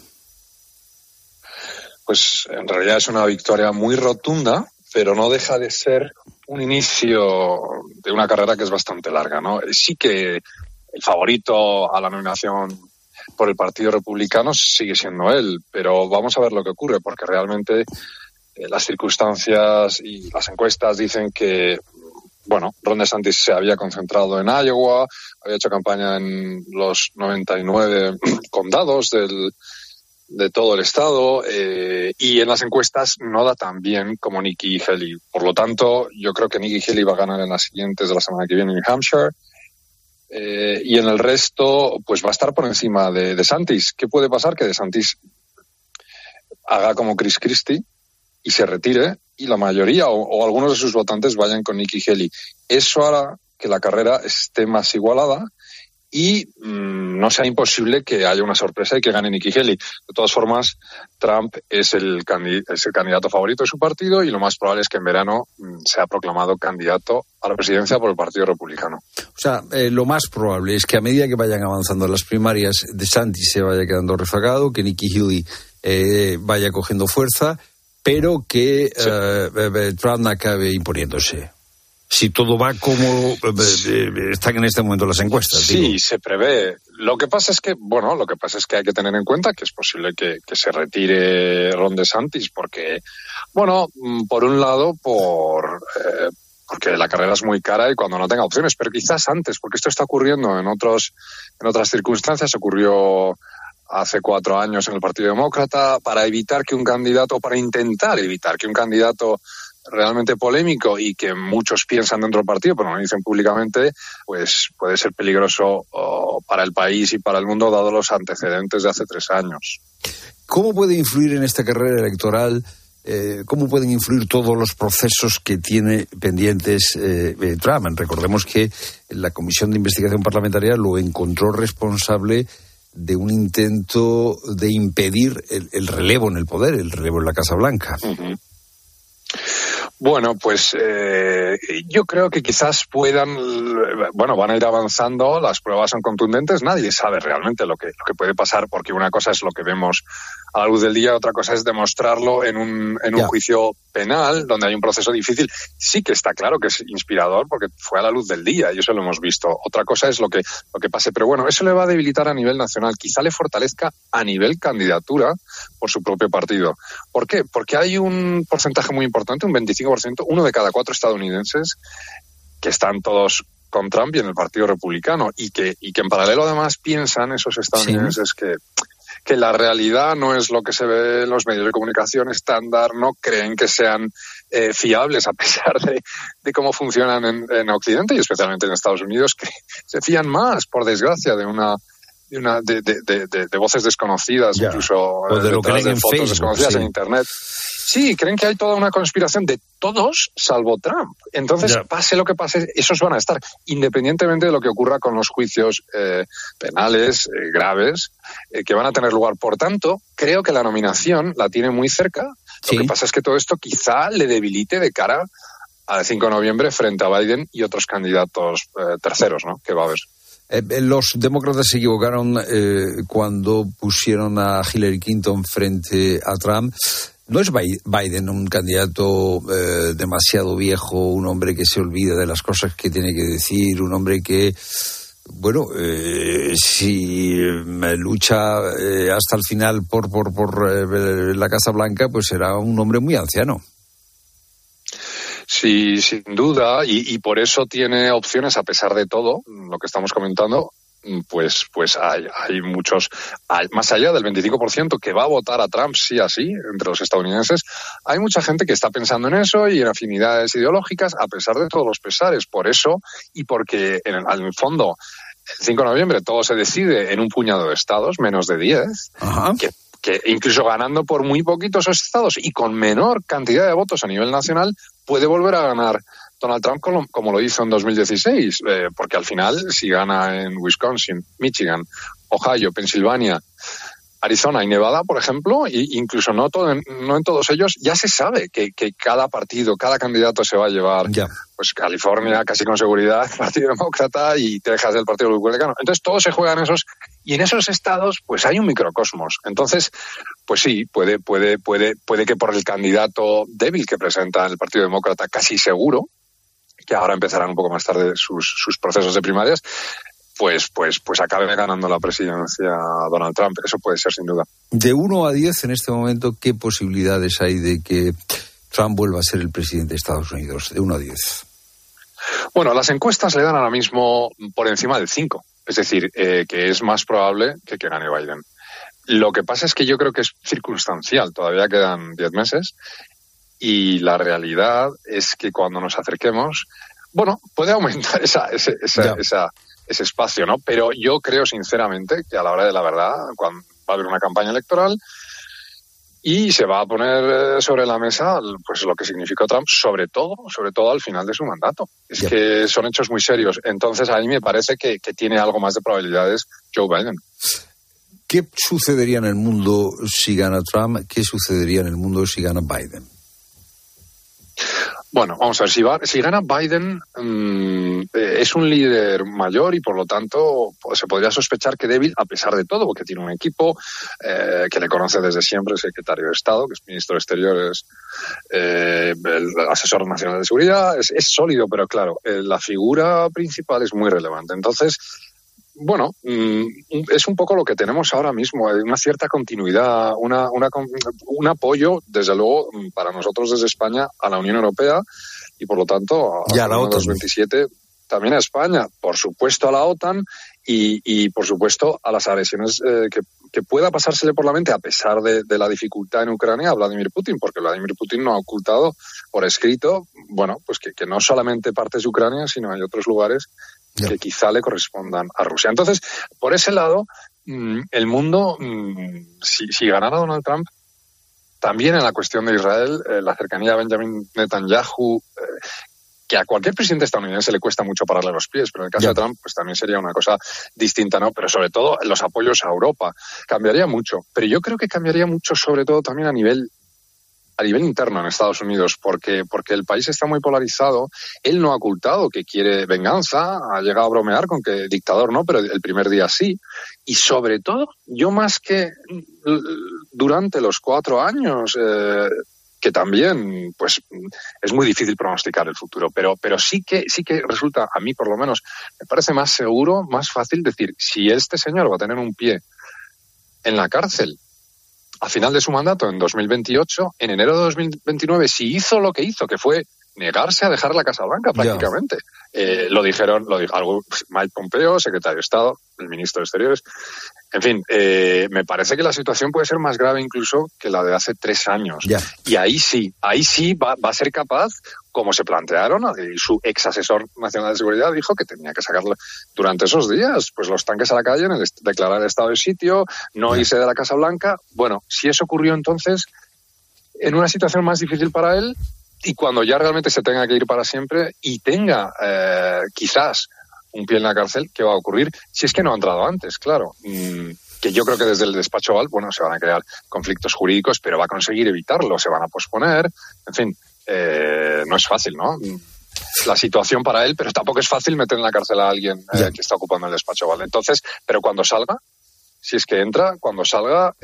Pues en realidad es una victoria muy rotunda, pero no deja de ser un inicio de una carrera que es bastante larga, ¿no? Sí que el favorito a la nominación por el Partido Republicano sigue siendo él, pero vamos a ver lo que ocurre, porque realmente las circunstancias y las encuestas dicen que, bueno, Ron DeSantis se había concentrado en Iowa, había hecho campaña en los 99 condados de todo el estado, y en las encuestas no da tan bien como Nikki Haley. Por lo tanto, yo creo que Nikki Haley va a ganar en las siguientes de la semana que viene en New Hampshire, y en el resto pues va a estar por encima de DeSantis. ¿Qué puede pasar? Que DeSantis haga como Chris Christie y se retire, y la mayoría o algunos de sus votantes vayan con Nikki Haley. Eso hará que la carrera esté más igualada y no sea imposible que haya una sorpresa y que gane Nikki Haley. De todas formas, Trump es el candidato favorito de su partido, y lo más probable es que en verano sea proclamado candidato a la presidencia por el Partido Republicano. O sea, lo más probable es que a medida que vayan avanzando las primarias, DeSantis se vaya quedando rezagado, que Nikki Haley vaya cogiendo fuerza, pero que Trump acabe imponiéndose. Si todo va como están en este momento las encuestas. Sí, digo. Se prevé. Lo que pasa es que hay que tener en cuenta que es posible que se retire Ron DeSantis, porque, por un lado, porque la carrera es muy cara y cuando no tenga opciones, pero quizás antes, porque esto está ocurriendo en otras circunstancias. Ocurrió hace 4 años en el Partido Demócrata, para intentar evitar que un candidato realmente polémico y que muchos piensan dentro del partido, pero no lo dicen públicamente, pues puede ser peligroso para el país y para el mundo, dado los antecedentes de hace 3 años. ¿Cómo puede influir en esta carrera electoral? ¿Cómo pueden influir todos los procesos que tiene pendientes Trump? Recordemos que la Comisión de Investigación Parlamentaria lo encontró responsable de un intento de impedir el relevo en el poder, el relevo en la Casa Blanca. Uh-huh. Bueno, pues yo creo que quizás van a ir avanzando, las pruebas son contundentes, nadie sabe realmente lo que puede pasar, porque una cosa es lo que vemos a la luz del día, otra cosa es demostrarlo en un juicio penal, donde hay un proceso difícil. Sí que está claro que es inspirador, porque fue a la luz del día y eso lo hemos visto. Otra cosa es lo que pase, pero bueno, eso le va a debilitar a nivel nacional, quizá le fortalezca a nivel candidatura por su propio partido. ¿Por qué? Porque hay un porcentaje muy importante, un 25%, 1 de cada 4 estadounidenses que están todos con Trump y en el Partido Republicano, y que en paralelo además piensan esos estadounidenses que la realidad no es lo que se ve en los medios de comunicación estándar, no creen que sean fiables a pesar de cómo funcionan en Occidente y especialmente en Estados Unidos, que se fían más, por desgracia, de voces desconocidas, incluso o de lo que leen en fotos Facebook, desconocidas en Internet. Sí, creen que hay toda una conspiración de todos salvo Trump. Entonces, pase lo que pase, esos van a estar, independientemente de lo que ocurra con los juicios penales graves que van a tener lugar. Por tanto, creo que la nominación la tiene muy cerca. Lo que pasa es que todo esto quizá le debilite de cara al 5 de noviembre frente a Biden y otros candidatos terceros, ¿no?, que va a haber. Los demócratas se equivocaron cuando pusieron a Hillary Clinton frente a Trump. ¿No es Biden un candidato demasiado viejo, un hombre que se olvida de las cosas que tiene que decir, un hombre que, si lucha hasta el final por la Casa Blanca, pues será un hombre muy anciano? Sí, sin duda, y por eso tiene opciones a pesar de todo, lo que estamos comentando. Pues hay muchos, más allá del 25% que va a votar a Trump sí así entre los estadounidenses, hay mucha gente que está pensando en eso y en afinidades ideológicas a pesar de todos los pesares. Por eso, y porque en el fondo el 5 de noviembre todo se decide en un puñado de estados, menos de 10, que incluso ganando por muy poquitos esos estados y con menor cantidad de votos a nivel nacional, puede volver a ganar Donald Trump como lo hizo en 2016, porque al final, si gana en Wisconsin, Michigan, Ohio, Pensilvania, Arizona y Nevada, por ejemplo, e incluso no en todos ellos, ya se sabe que cada partido, cada candidato se va a llevar, pues California casi con seguridad, el Partido Demócrata, y Texas del Partido Republicano. Entonces todo se juega en esos, y en esos estados pues hay un microcosmos. Entonces, pues sí, puede que por el candidato débil que presenta el Partido Demócrata, casi seguro, que ahora empezarán un poco más tarde sus procesos de primarias, pues acabe ganando la presidencia Donald Trump. Eso puede ser sin duda. De 1 a 10 en este momento, ¿qué posibilidades hay de que Trump vuelva a ser el presidente de Estados Unidos? De 1 a 10. Bueno, las encuestas le dan ahora mismo por encima del 5. Es decir, que es más probable que gane Biden. Lo que pasa es que yo creo que es circunstancial. Todavía quedan 10 meses y la realidad es que cuando nos acerquemos, bueno, puede aumentar ese espacio, ¿no? Pero yo creo sinceramente que a la hora de la verdad, cuando va a haber una campaña electoral y se va a poner sobre la mesa pues lo que significó Trump, sobre todo al final de su mandato. Es que son hechos muy serios. Entonces a mí me parece que tiene algo más de probabilidades Joe Biden. ¿Qué sucedería en el mundo si gana Trump? ¿Qué sucedería en el mundo si gana Biden? Bueno, vamos a ver, si gana Biden, es un líder mayor y por lo tanto pues, se podría sospechar que débil a pesar de todo, porque tiene un equipo que le conoce desde siempre, el secretario de Estado, que es ministro de Exteriores, el asesor nacional de seguridad, es sólido, pero claro, la figura principal es muy relevante. Entonces, bueno, es un poco lo que tenemos ahora mismo, una cierta continuidad, un apoyo, desde luego, para nosotros desde España a la Unión Europea y, por lo tanto, a la OTAN. Los 27, también a España, por supuesto a la OTAN y por supuesto, a las agresiones que pueda pasársele por la mente, a pesar de la dificultad en Ucrania, a Vladimir Putin, porque Vladimir Putin no ha ocultado por escrito, bueno, pues que no solamente partes de Ucrania, sino hay otros lugares que quizá le correspondan a Rusia. Entonces, por ese lado, el mundo, si ganara Donald Trump, también en la cuestión de Israel, la cercanía a Benjamin Netanyahu, que a cualquier presidente estadounidense le cuesta mucho pararle los pies, pero en el caso de Trump, pues también sería una cosa distinta, ¿no? Pero sobre todo los apoyos a Europa. Cambiaría mucho. Pero yo creo que cambiaría mucho, sobre todo también a nivel interno en Estados Unidos, porque el país está muy polarizado. Él no ha ocultado que quiere venganza, ha llegado a bromear con que dictador no, pero el primer día sí. Y sobre todo, yo más que durante los 4 años, que también pues es muy difícil pronosticar el futuro, pero sí que resulta, a mí por lo menos, me parece más seguro, más fácil decir, si este señor va a tener un pie en la cárcel a final de su mandato, en 2028, en enero de 2029, si hizo lo que hizo, que fue negarse a dejar la Casa Blanca prácticamente. Lo dijo Mike Pompeo, secretario de Estado, el ministro de Exteriores. En fin, me parece que la situación puede ser más grave incluso que la de hace 3 años. Y ahí sí va a ser capaz, como se plantearon, y su ex asesor nacional de seguridad dijo que tenía que sacarlo durante esos días, pues los tanques a la calle, declarar el estado de sitio, no irse de la Casa Blanca. Bueno, si eso ocurrió entonces, en una situación más difícil para él, y cuando ya realmente se tenga que ir para siempre y tenga quizás un pie en la cárcel, ¿qué va a ocurrir? Si es que no ha entrado antes, claro. Que yo creo que desde el despacho Oval, bueno, se van a crear conflictos jurídicos, pero va a conseguir evitarlo, se van a posponer. En fin, no es fácil, ¿no? La situación para él, pero tampoco es fácil meter en la cárcel a alguien que está ocupando el despacho Oval. Entonces, pero cuando salga, si es que entra, cuando salga...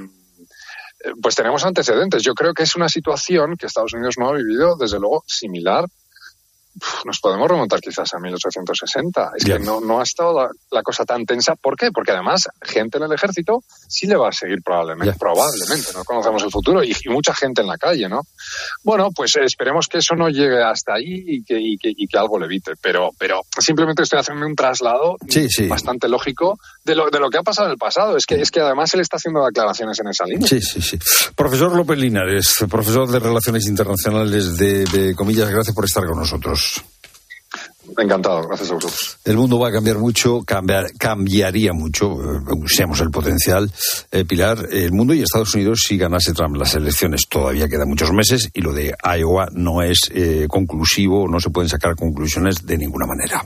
pues tenemos antecedentes. Yo creo que es una situación que Estados Unidos no ha vivido, desde luego, similar. Nos podemos remontar quizás a 1860. Es que no ha estado la cosa tan tensa. ¿Por qué? Porque además gente en el ejército sí le va a seguir probablemente, no conocemos el futuro, y mucha gente en la calle, ¿no? Bueno, pues esperemos que eso no llegue hasta ahí y que algo le evite. Pero simplemente estoy haciendo un traslado bastante lógico de lo que ha pasado en el pasado. Es que además él está haciendo declaraciones en esa línea. Sí. Profesor López Linares, profesor de Relaciones Internacionales de Comillas, gracias por estar con nosotros. Encantado, gracias a vosotros. El mundo va a cambiar mucho, cambiaría mucho, usemos el potencial, Pilar, el mundo y Estados Unidos si ganase Trump las elecciones. Todavía quedan muchos meses y lo de Iowa no es conclusivo, no se pueden sacar conclusiones de ninguna manera.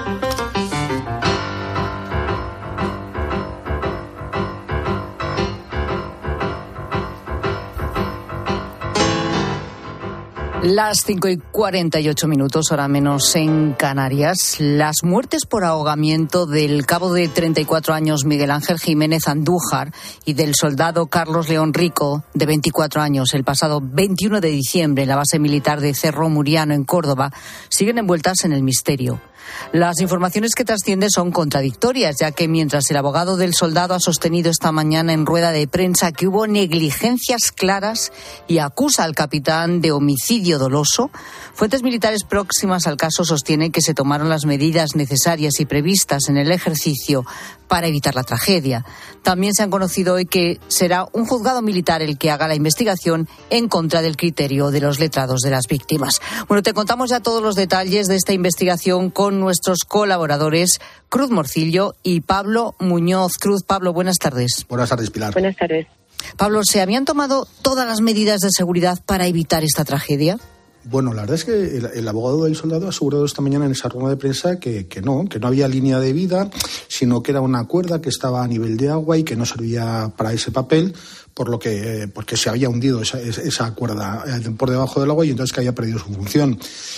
Las 5:48, hora menos en Canarias. Las muertes por ahogamiento del cabo de 34 años Miguel Ángel Jiménez Andújar y del soldado Carlos León Rico, de 24 años, el pasado 21 de diciembre en la base militar de Cerro Muriano, en Córdoba, siguen envueltas en el misterio. Las informaciones que trascienden son contradictorias, ya que mientras el abogado del soldado ha sostenido esta mañana en rueda de prensa que hubo negligencias claras y acusa al capitán de homicidio doloso, fuentes militares próximas al caso sostienen que se tomaron las medidas necesarias y previstas en el ejercicio para evitar la tragedia. También se han conocido hoy que será un juzgado militar el que haga la investigación en contra del criterio de los letrados de las víctimas. Bueno, te contamos ya todos los detalles de esta investigación con nuestros colaboradores Cruz Morcillo y Pablo Muñoz. Cruz, Pablo, buenas tardes. Buenas tardes, Pilar. Buenas tardes. Pablo, ¿se habían tomado todas las medidas de seguridad para evitar esta tragedia? Bueno, la verdad es que el abogado del soldado ha asegurado esta mañana en esa rueda de prensa que no había línea de vida, sino que era una cuerda que estaba a nivel de agua y que no servía para ese papel, porque se había hundido esa cuerda por debajo del agua y entonces que había perdido su función.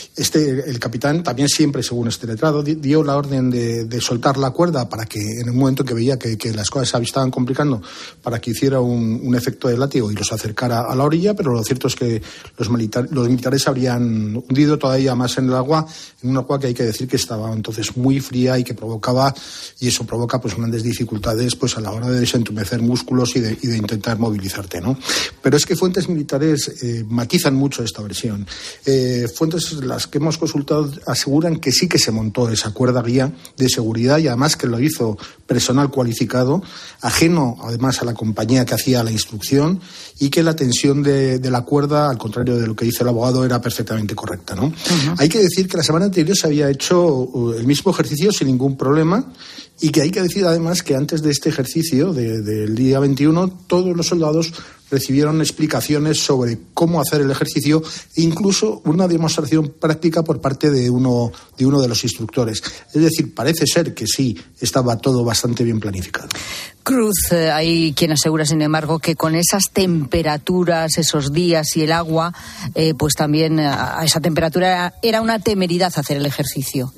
El capitán también siempre, según este letrado, dio la orden de soltar la cuerda para que en el momento que veía que las cosas se estaban complicando, para que hiciera un efecto de látigo y los acercara a la orilla, pero lo cierto es que los militares habrían hundido todavía más en el agua, en un agua que hay que decir que estaba entonces muy fría y que eso provoca pues grandes dificultades pues a la hora de desentumecer músculos y de intentar movilizarte, ¿no? Pero es que fuentes militares matizan mucho esta versión. Fuentes las que hemos consultado aseguran que sí que se montó esa cuerda guía de seguridad y además que lo hizo personal cualificado, ajeno además a la compañía que hacía la instrucción y que la tensión de la cuerda, al contrario de lo que dice el abogado, era perfectamente correcta, ¿no? Uh-huh. Hay que decir que la semana anterior se había hecho el mismo ejercicio sin ningún problema y que hay que decir además que antes de este ejercicio del día 21 todos los soldados recibieron explicaciones sobre cómo hacer el ejercicio e incluso una demostración práctica por parte de uno de los instructores. Es decir, parece ser que sí, estaba todo bastante bien planificado. Cruz, hay quien asegura, sin embargo, que con esas temperaturas, esos días y el agua, pues también a esa temperatura era una temeridad hacer el ejercicio.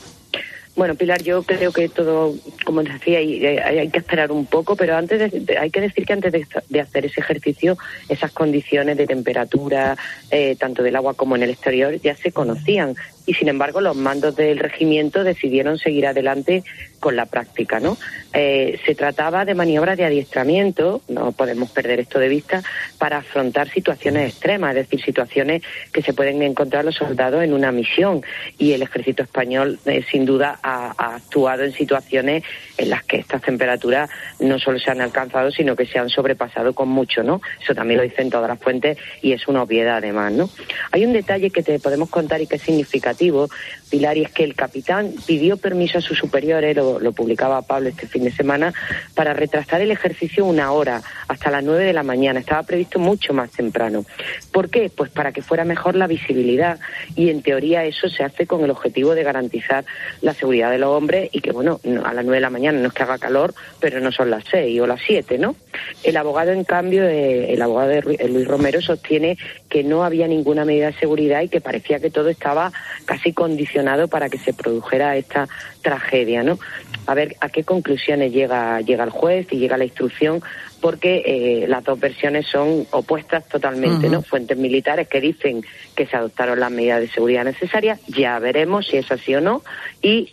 Bueno, Pilar, yo creo que todo, como te decía, hay que esperar un poco, pero hay que decir que antes de hacer ese ejercicio, esas condiciones de temperatura, tanto del agua como en el exterior, ya se conocían. Y, sin embargo, los mandos del regimiento decidieron seguir adelante con la práctica, ¿no? Se trataba de maniobras de adiestramiento, no podemos perder esto de vista, para afrontar situaciones extremas, es decir, situaciones que se pueden encontrar los soldados en una misión. Y el ejército español, sin duda, ha actuado en situaciones en las que estas temperaturas no solo se han alcanzado, sino que se han sobrepasado con mucho, ¿no? Eso también lo dicen todas las fuentes y es una obviedad, además, ¿no? Hay un detalle que te podemos contar y que es significativo, Pilar, y es que el capitán pidió permiso a sus superiores, lo publicaba Pablo este fin de semana, para retrasar el ejercicio 1 hora, hasta las 9 de la mañana. Estaba previsto mucho más temprano. ¿Por qué? Pues para que fuera mejor la visibilidad, y en teoría eso se hace con el objetivo de garantizar la seguridad de los hombres y que, bueno, a las 9 de la mañana no es que haga calor, pero no son las 6 o las 7, ¿no? El abogado, en cambio, el abogado de Luis Romero, sostiene que no había ninguna medida de seguridad y que parecía que todo estaba casi condicionado para que se produjera esta tragedia, ¿no? A ver a qué conclusiones llega el juez y llega la instrucción, porque las dos versiones son opuestas totalmente, uh-huh. ¿no? Fuentes militares que dicen que se adoptaron las medidas de seguridad necesarias, ya veremos si es así o no, y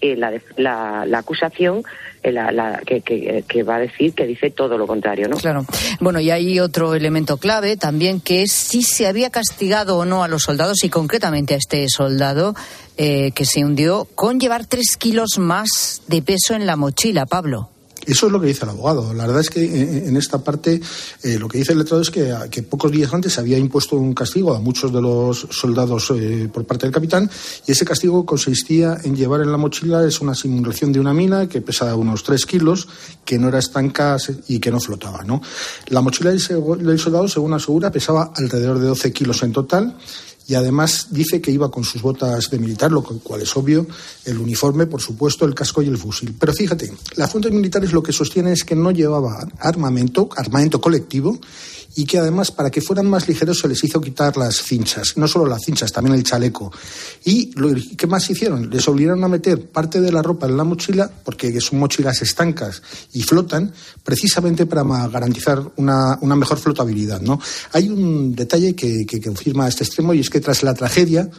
la acusación que va a decir que dice todo lo contrario, ¿no? Claro. Bueno, y hay otro elemento clave también, que es si se había castigado o no a los soldados, y concretamente a este soldado que se hundió con llevar 3 kilos más de peso en la mochila, Pablo. Eso es lo que dice el abogado. La verdad es que en esta parte lo que dice el letrado es que pocos días antes se había impuesto un castigo a muchos de los soldados por parte del capitán, y ese castigo consistía en llevar en la mochila una simulación de una mina que pesaba unos 3 kilos, que no era estanca y que no flotaba, ¿no? La mochila del soldado, según asegura, pesaba alrededor de 12 kilos en total. Y además dice que iba con sus botas de militar, lo cual es obvio, el uniforme, por supuesto, el casco y el fusil. Pero fíjate, las fuentes militares lo que sostienen es que no llevaba armamento colectivo, y que además, para que fueran más ligeros, se les hizo quitar las cinchas. No solo las cinchas, también el chaleco. ¿Y qué más hicieron? Les obligaron a meter parte de la ropa en la mochila, porque son mochilas estancas y flotan, precisamente para garantizar una mejor flotabilidad, ¿no? Hay un detalle que confirma este extremo, y es que tras la tragedia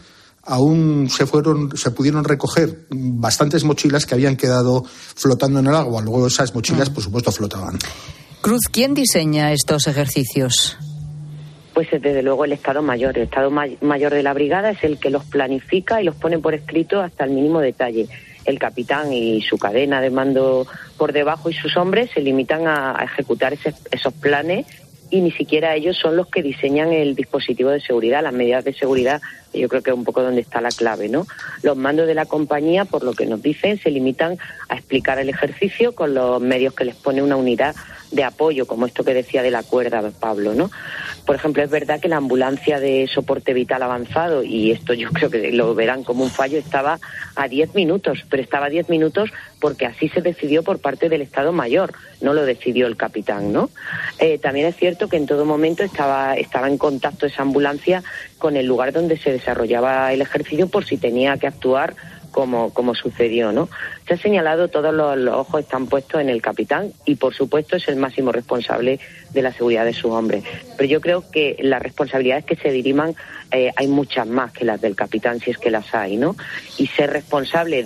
aún se pudieron recoger bastantes mochilas que habían quedado flotando en el agua. Luego esas mochilas, por supuesto, flotaban. Cruz, ¿quién diseña estos ejercicios? Pues desde luego el Estado Mayor. El Estado Mayor de la Brigada es el que los planifica y los pone por escrito hasta el mínimo detalle. El capitán y su cadena de mando por debajo y sus hombres se limitan a ejecutar esos planes, y ni siquiera ellos son los que diseñan el dispositivo de seguridad, las medidas de seguridad. Yo creo que es un poco donde está la clave, ¿no? Los mandos de la compañía, por lo que nos dicen, se limitan a explicar el ejercicio con los medios que les pone una unidad de apoyo, como esto que decía de la cuerda, Pablo, ¿no? Por ejemplo, es verdad que la ambulancia de soporte vital avanzado, y esto yo creo que lo verán como un fallo, estaba a 10 minutos, pero estaba a 10 minutos porque así se decidió por parte del Estado Mayor, no lo decidió el capitán, ¿no? También es cierto que en todo momento estaba en contacto esa ambulancia con el lugar donde se desarrollaba el ejercicio por si tenía que actuar como sucedió, ¿no? Se ha señalado, todos los ojos están puestos en el capitán y, por supuesto, es el máximo responsable de la seguridad de sus hombres. Pero yo creo que las responsabilidades que se diriman hay muchas más que las del capitán, si es que las hay, ¿no? Y ser responsable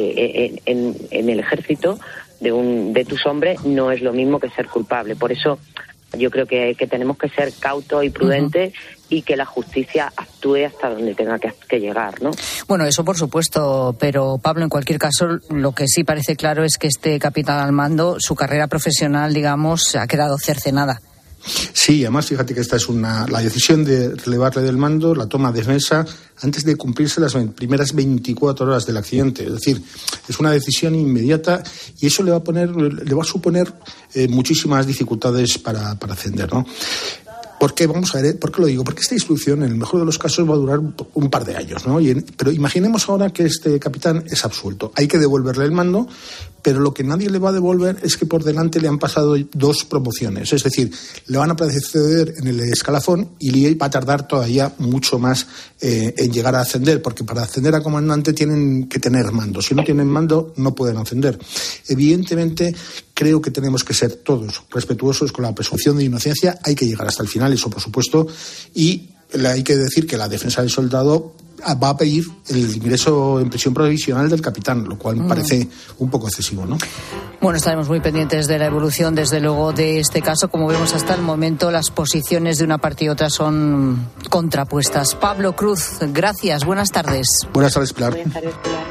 en el ejército de tus hombres no es lo mismo que ser culpable. Por eso yo creo que tenemos que ser cautos y prudentes y que la justicia actúe hasta donde tenga que llegar, ¿no? Bueno, eso por supuesto, pero Pablo, en cualquier caso, lo que sí parece claro es que este capitán al mando, su carrera profesional, digamos, ha quedado cercenada. Sí, además fíjate que esta es la decisión de relevarle del mando, la toma de defensa antes de cumplirse las primeras 24 horas del accidente. Es decir, es una decisión inmediata y eso le va a suponer muchísimas dificultades para ascender, ¿no? Porque, vamos a ver, ¿por qué lo digo? Porque esta instrucción, en el mejor de los casos, va a durar un par de años, ¿no? Pero imaginemos ahora que este capitán es absuelto. Hay que devolverle el mando, pero lo que nadie le va a devolver es que por delante le han pasado 2 promociones. Es decir, le van a preceder en el escalafón y va a tardar todavía mucho más en llegar a ascender, porque para ascender a comandante tienen que tener mando. Si no tienen mando, no pueden ascender. Evidentemente, creo que tenemos que ser todos respetuosos con la presunción de inocencia. Hay que llegar hasta el final, eso por supuesto, y hay que decir que la defensa del soldado va a pedir el ingreso en prisión provisional del capitán, lo cual me parece un poco excesivo, ¿no? Bueno, estaremos muy pendientes de la evolución, desde luego, de este caso. Como vemos hasta el momento, las posiciones de una parte y otra son contrapuestas. Pablo Cruz, gracias, buenas tardes. Buenas tardes, Pilar. Buenas tardes, Pilar.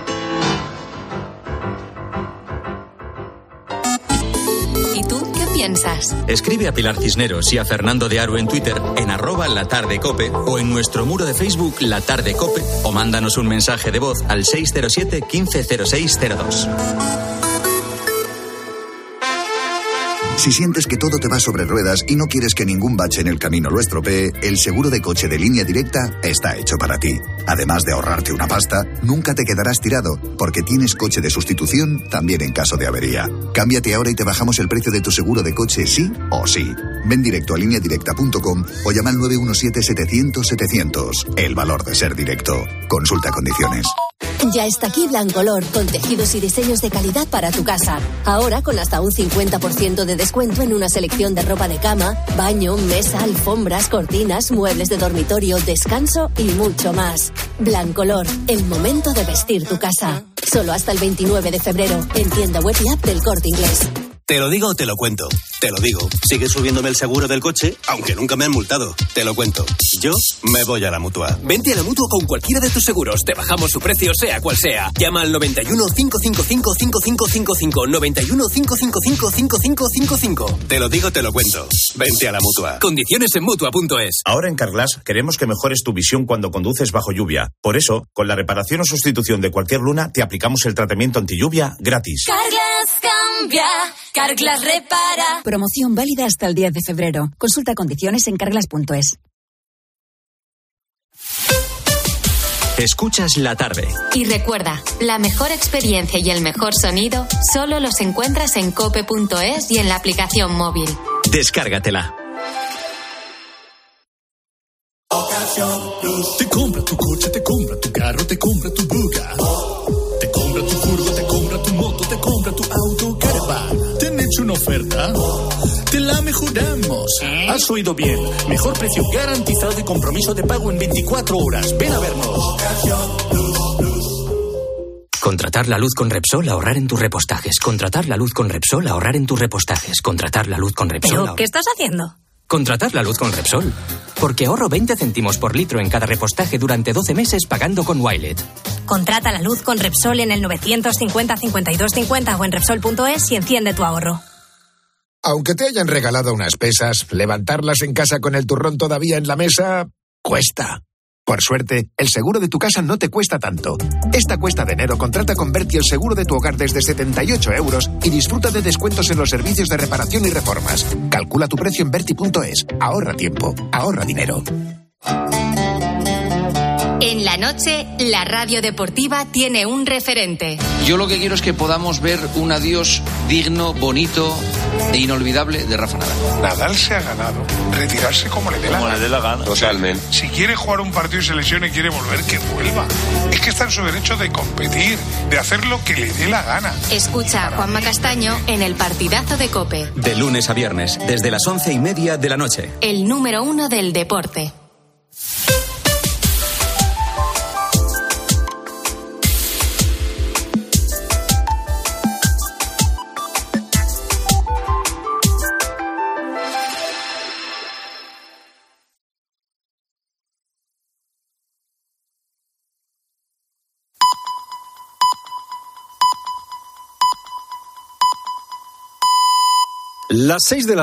Piensas. Escribe a Pilar Cisneros y a Fernando de Aro en Twitter, en @latardecope o en nuestro muro de Facebook La Tarde Cope, o mándanos un mensaje de voz al 607 150602. Si sientes que todo te va sobre ruedas y no quieres que ningún bache en el camino lo estropee, el seguro de coche de Línea Directa está hecho para ti. Además de ahorrarte una pasta, nunca te quedarás tirado, porque tienes coche de sustitución también en caso de avería. Cámbiate ahora y te bajamos el precio de tu seguro de coche sí o sí. Ven directo a lineadirecta.com o llama al 917-700-700. El valor de ser directo. Consulta condiciones. Ya está aquí Blancolor, con tejidos y diseños de calidad para tu casa. Ahora con hasta un 50% de descuento en una selección de ropa de cama, baño, mesa, alfombras, cortinas, muebles de dormitorio, descanso y mucho más. Blancolor, el momento de vestir tu casa. Solo hasta el 29 de febrero, en tienda web y app del Corte Inglés. Te lo digo o te lo cuento. Te lo digo. Sigue subiéndome el seguro del coche, aunque nunca me han multado. Te lo cuento. Yo me voy a la Mutua. Vente a la Mutua con cualquiera de tus seguros. Te bajamos su precio, sea cual sea. Llama al 91 555 5555. 91 555 5555. Te lo digo, te lo cuento. Vente a la Mutua. Condiciones en Mutua.es. Ahora en Carglass queremos que mejores tu visión cuando conduces bajo lluvia. Por eso, con la reparación o sustitución de cualquier luna, te aplicamos el tratamiento antilluvia gratis. Carglass cambia. Carglass repara. Promoción válida hasta el 10 de febrero. Consulta condiciones en carglass.es. Escuchas La Tarde. Y recuerda, la mejor experiencia y el mejor sonido solo los encuentras en cope.es y en la aplicación móvil. Descárgatela. Te compra tu coche, te compra tu carro, te compra tu buga. Te compra tu furgo, te compra tu moto, te compra tu auto, caravan. ¿Te han hecho una oferta? te la mejoramos. Has oído bien. Mejor precio garantizado y compromiso de pago en 24 horas. Ven a vernos. Contratar la luz con Repsol, ahorrar en tus repostajes. Contratar la luz con Repsol, ahorrar en tus repostajes. Contratar la luz con Repsol. ¿Pero qué estás haciendo? Contratar la luz con Repsol. Porque ahorro 20 céntimos por litro en cada repostaje durante 12 meses pagando con Wilet. Contrata la luz con Repsol en el 950 52 50 o en Repsol.es y enciende tu ahorro. Aunque te hayan regalado unas pesas, levantarlas en casa con el turrón todavía en la mesa cuesta. Por suerte, el seguro de tu casa no te cuesta tanto. Esta cuesta de enero contrata con Berti el seguro de tu hogar desde 78 euros y disfruta de descuentos en los servicios de reparación y reformas. Calcula tu precio en Berti.es. Ahorra tiempo, ahorra dinero. En la noche, la radio deportiva tiene un referente. Yo lo que quiero es que podamos ver un adiós digno, bonito e inolvidable de Rafa Nadal. Nadal se ha ganado retirarse como le dé la gana. Totalmente. Si quiere jugar un partido y se lesiona y quiere volver, que vuelva. Es que está en su derecho de competir, de hacer lo que le dé la gana. Escucha a Juanma Castaño en el partidazo de COPE. De lunes a viernes, desde las 11:30 de la noche. El número 1 del deporte. Las 6 de la